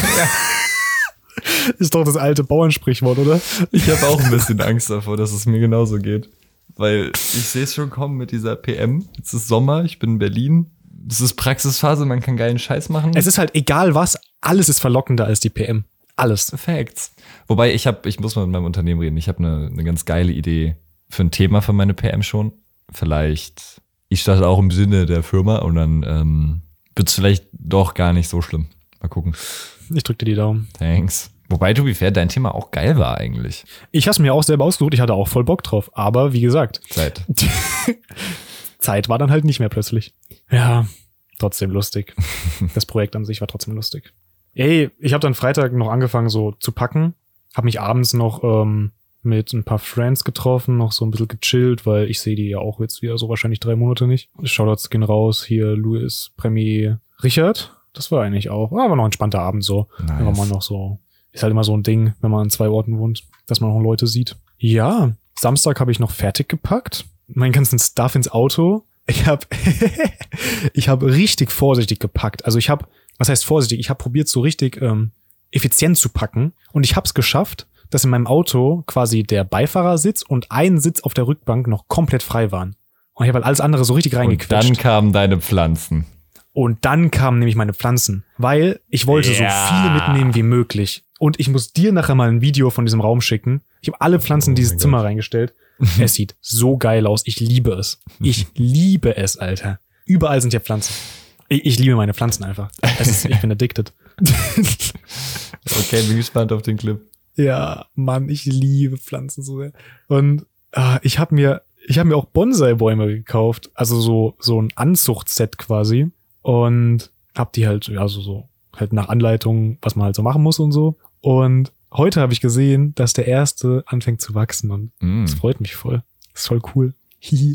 Ist doch das alte Bauernsprichwort, oder? Ich habe auch ein bisschen Angst davor, dass es mir genauso geht. Weil ich sehe es schon kommen mit dieser P M. Es ist Sommer, ich bin in Berlin. Es ist Praxisphase, man kann geilen Scheiß machen. Es ist halt egal was, alles ist verlockender als die P M. Alles. Facts. Wobei ich habe, ich muss mal mit meinem Unternehmen reden. Ich habe eine, eine ganz geile Idee für ein Thema für meine P M schon. Vielleicht, ich starte auch im Sinne der Firma und dann ähm, wird es vielleicht doch gar nicht so schlimm. Mal gucken. Ich drück dir die Daumen. Thanks. Wobei, to be fair, dein Thema auch geil war eigentlich. Ich habe es mir auch selber ausgesucht, ich hatte auch voll Bock drauf. Aber wie gesagt, Zeit. Zeit war dann halt nicht mehr plötzlich. Ja, trotzdem lustig. Das Projekt an sich war trotzdem lustig. Ey, ich habe dann Freitag noch angefangen so zu packen. Habe mich abends noch ähm, mit ein paar Friends getroffen, noch so ein bisschen gechillt, weil ich sehe die ja auch jetzt wieder so wahrscheinlich drei Monate nicht. Shoutouts gehen raus, hier Louis, Premier, Richard. Das war eigentlich auch, war aber noch ein entspannter Abend so. Nice. Wenn man noch so, ist halt immer so ein Ding, wenn man an zwei Orten wohnt, dass man noch Leute sieht. Ja, Samstag habe ich noch fertig gepackt. Meinen ganzen Stuff ins Auto. Ich habe ich habe richtig vorsichtig gepackt. Also ich habe, was heißt vorsichtig? Ich habe probiert so richtig ähm, effizient zu packen und ich habe es geschafft, dass in meinem Auto quasi der Beifahrersitz und ein Sitz auf der Rückbank noch komplett frei waren. Und ich habe halt alles andere so richtig Und reingequetscht. dann kamen deine Pflanzen. Und dann kamen nämlich meine Pflanzen, weil ich wollte Ja. so viele mitnehmen wie möglich. Und ich muss dir nachher mal ein Video von diesem Raum schicken. Ich habe alle Pflanzen in Oh dieses mein Zimmer Gott. reingestellt. Es sieht so geil aus. Ich liebe es. Ich liebe es, Alter. Überall sind ja Pflanzen. Ich, ich liebe meine Pflanzen einfach. Es ist, ich bin addicted. Okay, bin gespannt auf den Clip. Ja, Mann, ich liebe Pflanzen so sehr. Und ah, ich habe mir, ich habe mir auch Bonsai-Bäume gekauft, also so so ein Anzuchtset quasi und hab die halt, ja, so so halt nach Anleitung, was man halt so machen muss und so. Und heute habe ich gesehen, dass der erste anfängt zu wachsen und Mm. das freut mich voll. Das ist voll cool. Hihi.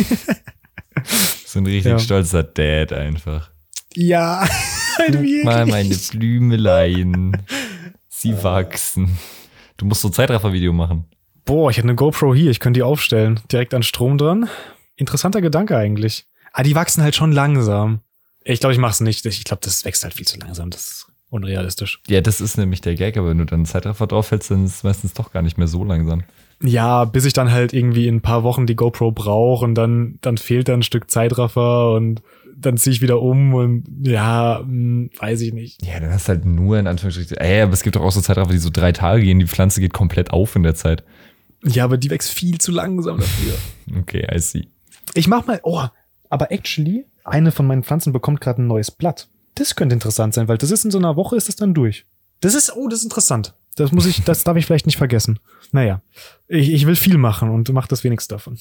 So ein richtig Ja. stolzer Dad einfach. Ja, halt wirklich. Mal meine Blümeleien. Sie wachsen. Du musst so ein Zeitraffer-Video machen. Boah, ich hätte eine GoPro hier, ich könnte die aufstellen. Direkt an Strom dran. Interessanter Gedanke eigentlich. Ah, die wachsen halt schon langsam. Ich glaube, ich mach's nicht. Ich glaube, das wächst halt viel zu langsam. Das ist unrealistisch. Ja, das ist nämlich der Gag, aber wenn du dann einen Zeitraffer draufhältst, dann ist es meistens doch gar nicht mehr so langsam. Ja, bis ich dann halt irgendwie in ein paar Wochen die GoPro brauche und dann, dann fehlt da ein Stück Zeitraffer und dann ziehe ich wieder um und ja, mh, weiß ich nicht. Ja, dann hast du halt nur in Anführungsstrichen. Ey, aber es gibt doch auch so Zeitraffer, die so drei Tage gehen, die Pflanze geht komplett auf in der Zeit. Ja, aber die wächst viel zu langsam dafür. Okay, I see. Ich mach mal, oh, aber actually, eine von meinen Pflanzen bekommt gerade ein neues Blatt. Das könnte interessant sein, weil das ist in so einer Woche, ist das dann durch. Das ist, oh, das ist interessant. Das muss ich, das darf ich vielleicht nicht vergessen. Naja, ich, ich will viel machen und mach das wenigste davon.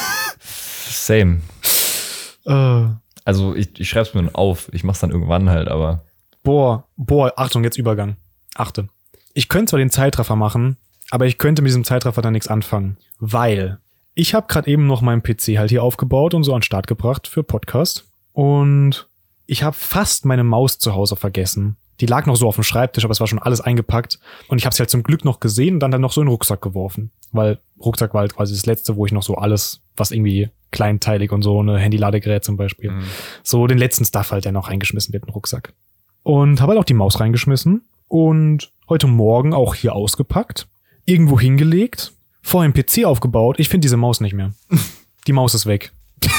Same. Äh, Also ich, ich schreib's mir nur auf. Ich mach's dann irgendwann halt, aber. boah, boah, Achtung, jetzt Übergang. Achte. Ich könnte zwar den Zeitraffer machen, aber ich könnte mit diesem Zeitraffer dann nichts anfangen, weil ich habe gerade eben noch meinen P C halt hier aufgebaut und so an den Start gebracht für Podcast und ich habe fast meine Maus zu Hause vergessen. Die lag noch so auf dem Schreibtisch, aber es war schon alles eingepackt und ich habe sie halt zum Glück noch gesehen und dann dann noch so in den Rucksack geworfen, weil Rucksack war halt quasi das Letzte, wo ich noch so alles, was irgendwie kleinteilig und so, eine Handyladegerät zum Beispiel, Mhm. so den letzten Stuff halt, der noch reingeschmissen wird in den Rucksack. Und habe halt auch die Maus reingeschmissen und heute Morgen auch hier ausgepackt, irgendwo hingelegt, vorher den P C aufgebaut. Ich finde diese Maus nicht mehr. Die Maus ist weg.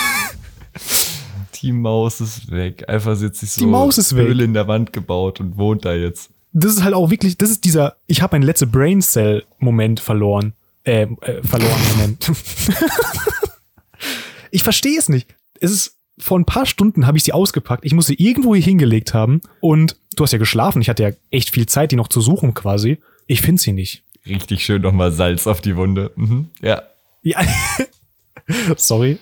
Die Maus ist weg. Einfach sitzt sich so Die Maus ist weg. Höhle in der Wand gebaut und wohnt da jetzt. Das ist halt auch wirklich, das ist dieser, ich habe einen letzte Brain Cell Moment verloren. Äh, äh verloren Moment. Ich verstehe es nicht. Es ist, vor ein paar Stunden habe ich sie ausgepackt. Ich muss sie irgendwo hier hingelegt haben. Und du hast ja geschlafen. Ich hatte ja echt viel Zeit, die noch zu suchen quasi. Ich finde sie nicht. Richtig schön nochmal Salz auf die Wunde. Mhm. Ja. Ja. Sorry.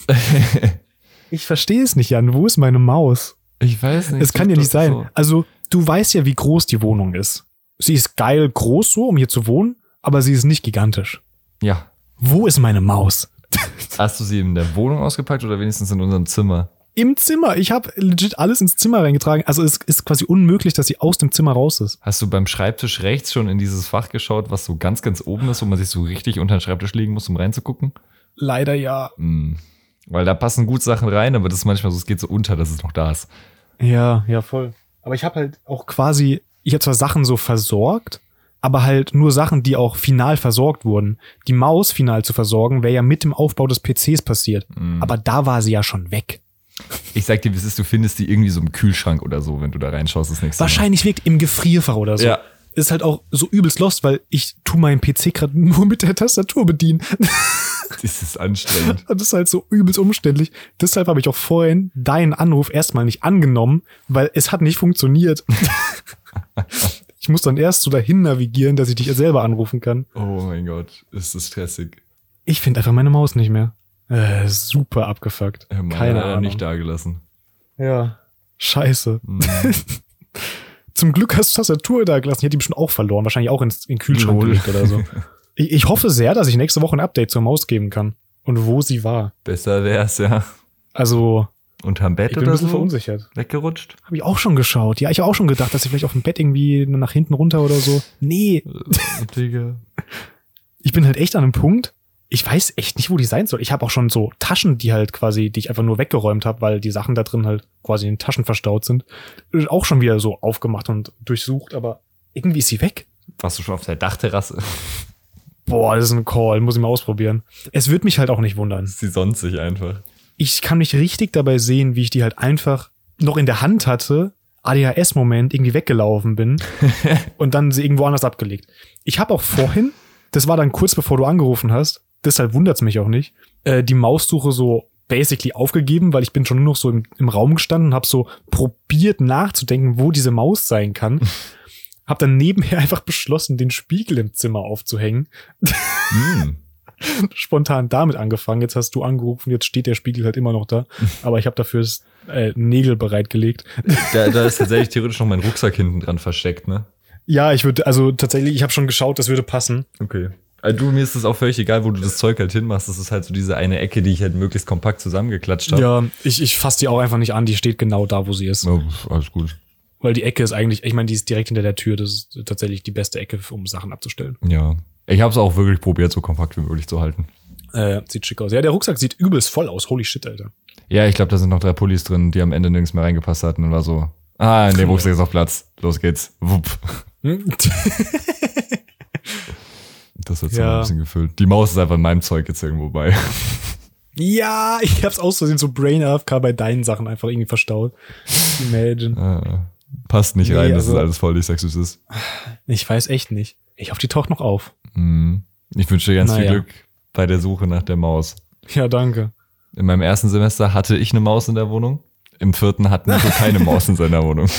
Ich verstehe es nicht, Jan. Wo ist meine Maus? Ich weiß nicht. Es kann ja nicht sein. So. Also, du weißt ja, wie groß die Wohnung ist. Sie ist geil groß so, um hier zu wohnen, aber sie ist nicht gigantisch. Ja. Wo ist meine Maus? Hast du sie in der Wohnung ausgepackt oder wenigstens in unserem Zimmer? Im Zimmer. Ich habe legit alles ins Zimmer reingetragen. Also es ist quasi unmöglich, dass sie aus dem Zimmer raus ist. Hast du beim Schreibtisch rechts schon in dieses Fach geschaut, was so ganz, ganz oben ist, wo man sich so richtig unter den Schreibtisch legen muss, um reinzugucken? Leider ja. Hm. Weil da passen gut Sachen rein, aber das ist manchmal so, es geht so unter, dass es noch da ist. Ja, ja, voll. Aber ich habe halt auch quasi, ich habe zwar Sachen so versorgt, aber halt nur Sachen, die auch final versorgt wurden. Die Maus final zu versorgen, wäre ja mit dem Aufbau des P Cs passiert. Mhm. Aber da war sie ja schon weg. Ich sag dir, wie es ist, du findest die irgendwie so im Kühlschrank oder so, wenn du da reinschaust, das nächste Mal. Wahrscheinlich wirkt im Gefrierfach oder so. Ja. Ist halt auch so übelst lost, weil ich tu meinen P C gerade nur mit der Tastatur bedienen. Das ist anstrengend. Das ist halt so übelst umständlich. Deshalb habe ich auch vorhin deinen Anruf erstmal nicht angenommen, weil es hat nicht funktioniert. Ich muss dann erst so dahin navigieren, dass ich dich selber anrufen kann. Oh mein Gott, ist das stressig. Ich finde einfach meine Maus nicht mehr. Äh, super abgefuckt. Ja, meine Keine hat er Ahnung. nicht dagelassen. Ja. Scheiße. Mhm. Zum Glück hast du Tastatur da gelassen. Ich hätte die bestimmt auch verloren. Wahrscheinlich auch ins, in den Kühlschrank Lol. gelegt oder so. Ich, ich hoffe sehr, dass ich nächste Woche ein Update zur Maus geben kann. Und wo sie war. Besser wär's, ja. Also, Unterm Bett ich bin ein oder bisschen so? verunsichert. Weggerutscht? Habe ich auch schon geschaut. Ja, ich habe auch schon gedacht, dass sie vielleicht auf dem Bett irgendwie nach hinten runter oder so. Nee, Äh, Digga. ich bin halt echt an einem Punkt, ich weiß echt nicht, wo die sein soll. Ich habe auch schon so Taschen, die halt quasi, die ich einfach nur weggeräumt habe, weil die Sachen da drin halt quasi in den Taschen verstaut sind. Auch schon wieder so aufgemacht und durchsucht, aber irgendwie ist sie weg. Warst du schon auf der Dachterrasse? Boah, das ist ein Call, muss ich mal ausprobieren. Es wird mich halt auch nicht wundern. Sie sonnt sich einfach. Ich kann mich richtig dabei sehen, wie ich die halt einfach noch in der Hand hatte, A D H S-Moment, irgendwie weggelaufen bin und dann sie irgendwo anders abgelegt. Ich habe auch vorhin, das war dann kurz bevor du angerufen hast, deshalb wundert's mich auch nicht, äh, die Maussuche so basically aufgegeben, weil ich bin schon nur noch so im, im Raum gestanden und habe so probiert nachzudenken, wo diese Maus sein kann. Hab dann nebenher einfach beschlossen, den Spiegel im Zimmer aufzuhängen. Mm. Spontan damit angefangen. Jetzt hast du angerufen, jetzt steht der Spiegel halt immer noch da. Aber ich habe dafür das, äh, Nägel bereitgelegt. Da, da ist tatsächlich theoretisch noch mein Rucksack hinten dran versteckt, ne? Ja, ich würde, also tatsächlich, ich habe schon geschaut, das würde passen. Okay. Also du, mir ist es auch völlig egal, wo du das Zeug halt hinmachst. Das ist halt so diese eine Ecke, die ich halt möglichst kompakt zusammengeklatscht habe. Ja, ich, ich fasse die auch einfach nicht an. Die steht genau da, wo sie ist. Ja, alles gut. Weil die Ecke ist eigentlich, ich meine, die ist direkt hinter der Tür. Das ist tatsächlich die beste Ecke, um Sachen abzustellen. Ja. Ich habe es auch wirklich probiert, so kompakt wie möglich zu halten. Äh, sieht schick aus. Ja, der Rucksack sieht übelst voll aus. Holy shit, Alter. Ja, ich glaube, da sind noch drei Pullis drin, die am Ende nirgends mehr reingepasst hatten. Und war so, ah, nee, Rucksack ist auf Platz. Los geht's. Wupp. Hm? Das wird so Ja. ein bisschen gefüllt. Die Maus ist einfach in meinem Zeug jetzt irgendwo bei. Ja, ich hab's aus Versehen so Brain A F K bei deinen Sachen einfach irgendwie verstaut. Imagine. Ah, passt nicht Nee, rein, das also- ist alles voll, ich sag's, wie es ist. Ich weiß echt nicht. Ich hoffe, die taucht noch auf. Mhm. Ich wünsche dir ganz Naja. viel Glück bei der Suche nach der Maus. Ja, danke. In meinem ersten Semester hatte ich eine Maus in der Wohnung. Im vierten hat Nico keine Maus in seiner Wohnung.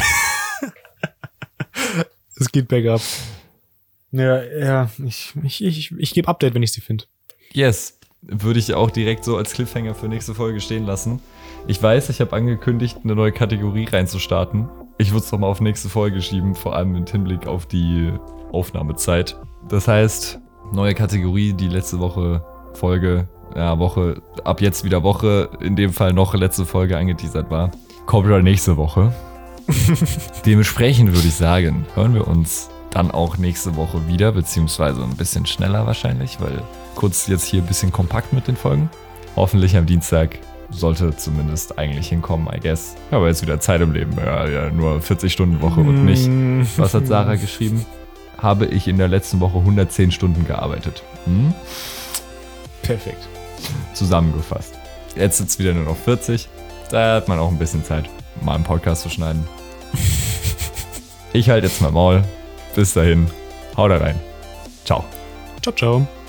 Es geht bergab. Ja, ja, ich, ich, ich, ich gebe Update, wenn ich sie finde. Yes. Würde ich auch direkt so als Cliffhanger für nächste Folge stehen lassen. Ich weiß, ich habe angekündigt, eine neue Kategorie reinzustarten. Ich würde es doch mal auf nächste Folge schieben, vor allem mit Hinblick auf die Aufnahmezeit. Das heißt, neue Kategorie, die letzte Woche Folge, ja, Woche, ab jetzt wieder Woche, in dem Fall noch letzte Folge angeteasert war, kommt wieder nächste Woche. Dementsprechend würde ich sagen, hören wir uns dann auch nächste Woche wieder, beziehungsweise ein bisschen schneller wahrscheinlich, weil kurz jetzt hier ein bisschen kompakt mit den Folgen. Hoffentlich am Dienstag sollte zumindest eigentlich hinkommen, I guess. Ich habe jetzt wieder Zeit im Leben, ja, ja nur vierzig Stunden Woche und nicht. Was hat Sarah geschrieben? Habe ich in der letzten Woche hundertzehn Stunden gearbeitet. Hm? Perfekt. Zusammengefasst. Jetzt sitzt wieder nur noch vierzig. Da hat man auch ein bisschen Zeit, mal einen Podcast zu schneiden. Ich halte jetzt mal Maul. Bis dahin. Haut da rein. Ciao. Ciao, ciao.